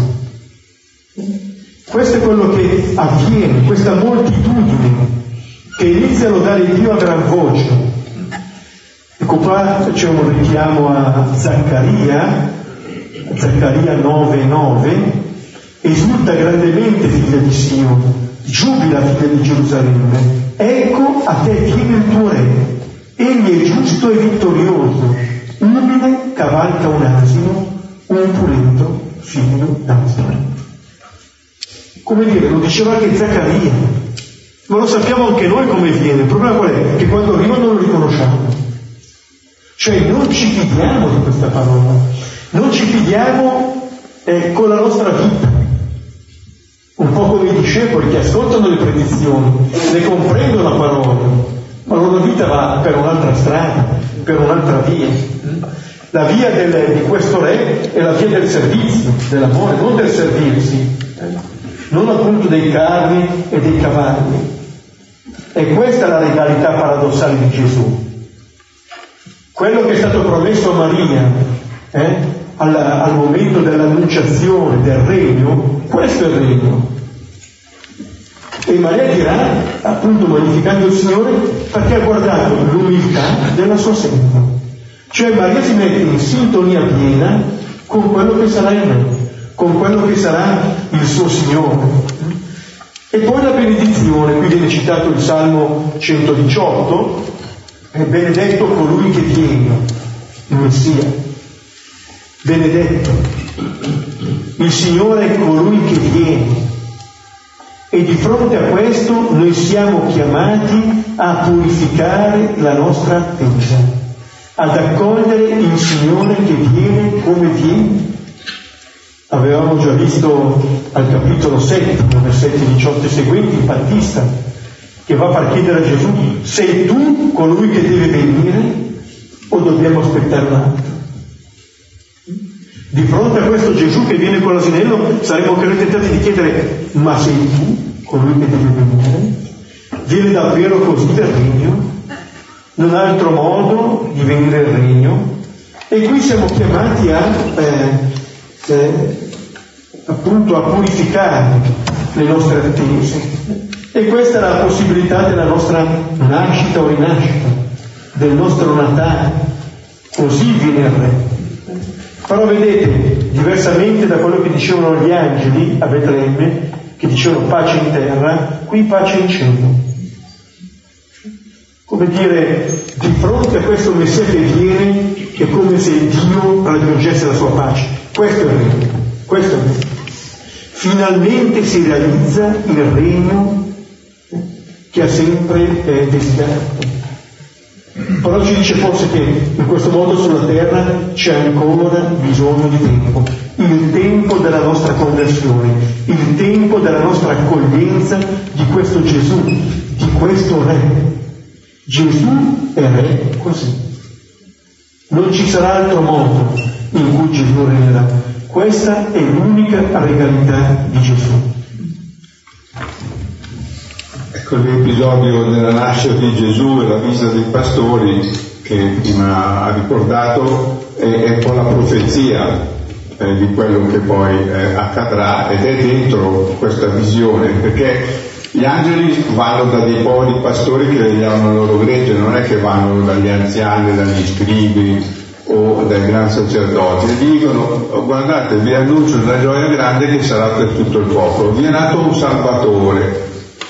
Questo è quello che avviene, questa moltitudine che inizia a lodare Dio a gran voce. Ecco qua c'è un richiamo a Zaccaria, Zaccaria nove nove, esulta grandemente figlia di Sion, giubila figlia di Gerusalemme, ecco a te viene il tuo re, egli è giusto e vittorioso, umile cavalca un asino, un pulito figlio d'asino. Come dire, lo diceva anche Zaccaria, ma lo sappiamo anche noi come viene. Il problema qual è? Che quando arriva non lo riconosciamo, cioè non ci fidiamo di questa parola, non ci fidiamo eh, con la nostra vita, un po' come i discepoli che ascoltano le predizioni, ne comprendono la parola, ma la loro vita va per un'altra strada, per un'altra via. La via del, di questo re è la via del servizio, dell'amore, non del servirsi, eh? non appunto dei carri e dei cavalli. E questa è la regalità paradossale di Gesù. Quello che è stato promesso a Maria eh, al, al momento dell'annunciazione del regno, questo è il regno. E Maria dirà, appunto magnificando il Signore, perché ha guardato l'umiltà della sua serva. Cioè Maria si mette in sintonia piena con quello che sarà in me, con quello che sarà il suo Signore. E poi la benedizione, qui viene citato il Salmo centodiciotto, è benedetto colui che viene, il Messia, benedetto, il Signore è colui che viene, E di fronte a questo noi siamo chiamati a purificare la nostra attesa, ad accogliere il Signore che viene come viene. Avevamo già visto al capitolo settimo, versetti diciotto e seguenti, il Battista che va a far chiedere a Gesù: sei tu colui che deve venire o dobbiamo aspettare un altro? Di fronte a questo Gesù che viene con l'asinello saremmo tentati di chiedere: ma sei tu colui che deve venire? Viene davvero così il regno? Non ha altro modo di venire il regno? E qui siamo chiamati a eh, eh, appunto a purificare le nostre attese, e questa è la possibilità della nostra nascita o rinascita, del nostro Natale. Così viene il Re. Però vedete, diversamente da quello che dicevano gli angeli a Betlemme, che dicevano pace in terra, qui pace in cielo. Come dire, di fronte a questo Messia che viene, è come se Dio raggiungesse la sua pace. Questo è il regno, questo è il regno. Finalmente si realizza il regno che ha sempre eh, desiderato. Però ci dice forse che in questo modo sulla terra c'è ancora bisogno di tempo, il tempo della nostra conversione, il tempo della nostra accoglienza di questo Gesù, di questo Re. Gesù è Re così. Non ci sarà altro modo in cui Gesù regnerà. Questa è l'unica regalità di Gesù. Ecco, l'episodio della nascita di Gesù e la visita dei pastori che prima ha ricordato è, è un po' la profezia eh, di quello che poi eh, accadrà, ed è dentro questa visione, perché gli angeli vanno da dei poveri pastori che vegliavano il loro gregge, non è che vanno dagli anziani, dagli scribi o dai grandi sacerdoti, e dicono: guardate, vi annuncio una gioia grande che sarà per tutto il popolo, vi è nato un Salvatore.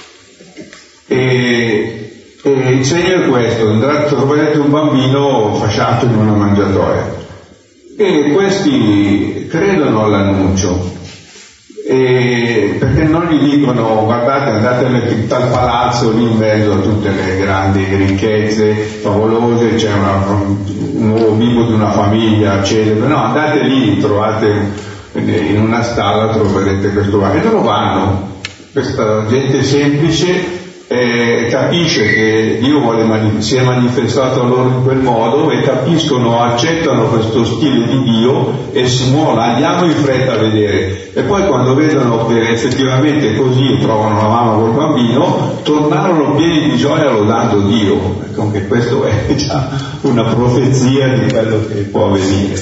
E, e il segno è questo: andrete, troverete un bambino fasciato in una mangiatoia. E questi credono all'annuncio, e perché non gli dicono: guardate, andate a tal palazzo lì in mezzo a tutte le grandi ricchezze favolose, c'è una, un nuovo bimbo di una famiglia celebre. No, andate lì, trovate in una stalla, troverete questo bambino. E loro vanno, questa gente semplice Eh, capisce che Dio vuole manif- si è manifestato loro in quel modo, e capiscono, accettano questo stile di Dio e si muovono, andiamo in fretta a vedere. E poi quando vedono che effettivamente è così, trovano la mamma col bambino, tornarono pieni di gioia lodando Dio. Ecco, anche questo è già una profezia di quello che può avvenire.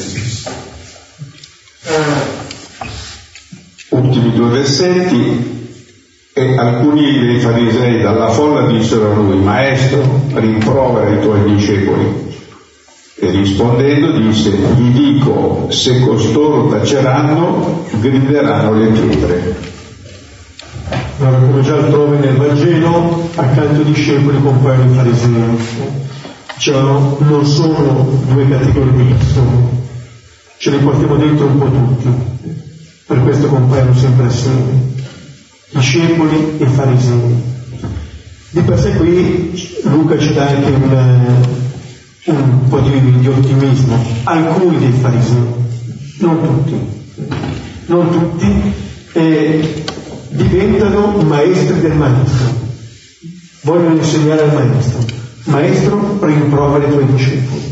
Ultimi due versetti. E alcuni dei farisei dalla folla dissero a lui: Maestro, rimprovera i tuoi discepoli. E rispondendo disse: vi dico, se costoro taceranno, grideranno le pietre. Allora, come già altrove nel Vangelo, accanto ai discepoli compaiono i farisei. Dicevano: non sono due categorie di persone, ce li portiamo dentro un po' tutti, per questo compaiono sempre assieme, discepoli e farisei. Di per sé qui Luca ci dà anche un, un po' di, di ottimismo. Alcuni dei farisei, non tutti, non tutti, eh, diventano maestri del maestro, vogliono insegnare al maestro: maestro, rimprovera i tuoi discepoli.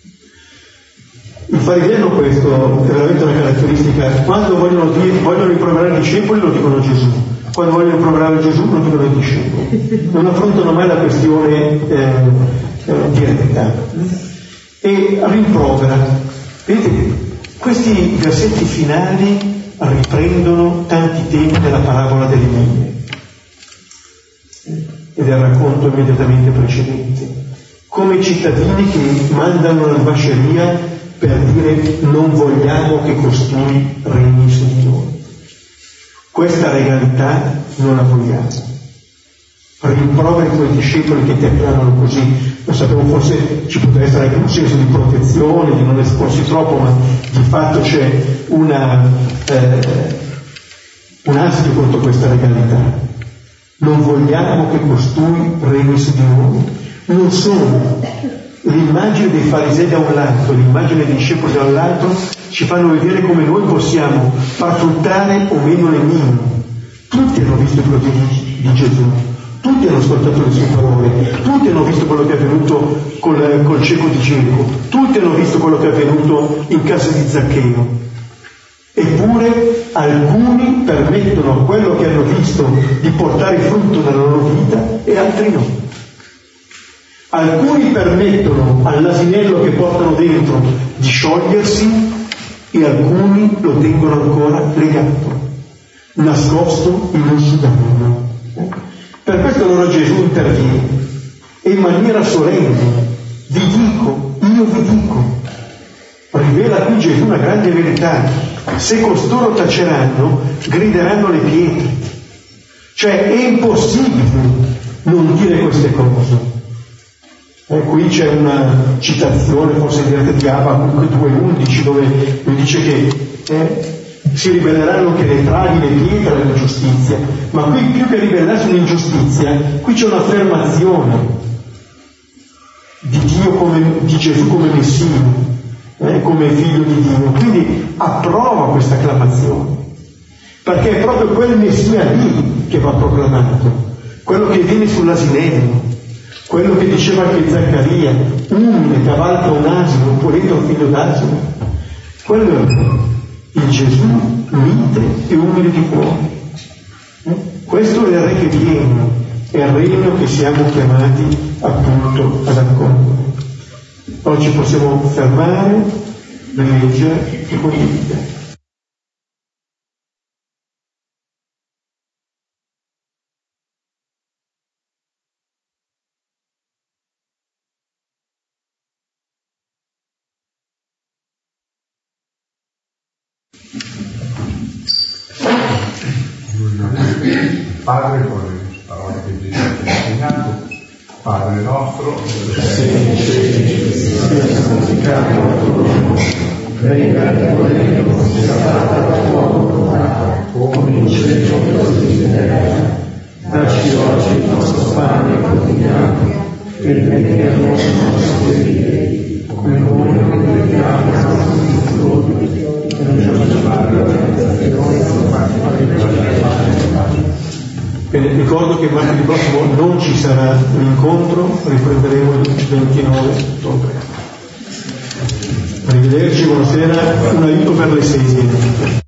I farisei hanno questo, è veramente una caratteristica: quando vogliono, dire, vogliono rimproverare i discepoli lo dicono a Gesù, quando vogliono rimproverare Gesù lo dicono ai discepoli, non affrontano mai la questione eh, eh, diretta. E rimprovera, vedete, questi versetti finali riprendono tanti temi della parabola delle mine e del racconto immediatamente precedente, come cittadini che mandano l'ambasceria per dire: non vogliamo che costui regni su di noi. Questa regalità non la vogliamo. Rimprovera i tuoi discepoli che ti acclamano così. Lo sapevo, forse ci potrebbe essere anche un senso di protezione, di non esporsi troppo, ma di fatto c'è una, eh, un astio contro questa regalità. non vogliamo che costui regni su di noi. Non sono l'immagine dei farisei da un lato, l'immagine dei discepoli da un lato, ci fanno vedere come noi possiamo far fruttare o meno le mine. Tutti hanno visto quello di, di Gesù, tutti hanno ascoltato le sue parole, tutti hanno visto quello che è avvenuto col, col cieco di Gerico, tutti hanno visto quello che è avvenuto in casa di Zaccheo. Eppure alcuni permettono a quello che hanno visto di portare frutto nella loro vita e altri no. Alcuni permettono all'asinello che portano dentro di sciogliersi e alcuni lo tengono ancora legato, nascosto in un sudario. Per questo allora Gesù interviene e in maniera solenne vi dico, io vi dico, rivela qui Gesù una grande verità: se costoro taceranno, grideranno le pietre. Cioè è impossibile non dire queste cose. Eh, qui c'è una citazione, forse diretta di Abacuc due undici, dove lui dice che eh, si ribelleranno che le travi, le pietre della giustizia. Ma qui più che ribellarsi un'ingiustizia, qui c'è un'affermazione di Dio come, di Gesù come Messia. Eh, come figlio di Dio, quindi approva questa acclamazione, perché è proprio quel Messia lì che va proclamato, quello che viene sull'asinello, quello che diceva anche Zaccaria, umile, cavalca un asino, pulito un figlio d'asino, quello è il Gesù mite e umile di cuore. Eh? Questo è il Re che viene, è il regno che siamo chiamati appunto ad accogliere. Oggi possiamo fermare, leggere e condividere. Padre, con le parole che Gesù ci ha insegnato, Padre nostro, che sei nei cieli, sia santificato il tuo nome, venga il tuo regno, sia fatta la tua volontà, come in cielo così in terra. Dacci oggi il nostro pane quotidiano, e rimetti a noi i nostri debiti, come noi ripetiamo ai nostri debitori, e non ci lasciare la tentazione, ma Bene, ricordo che martedì prossimo non ci sarà un incontro, riprenderemo il ventinove ottobre. Arrivederci, buonasera, un aiuto per le sedie.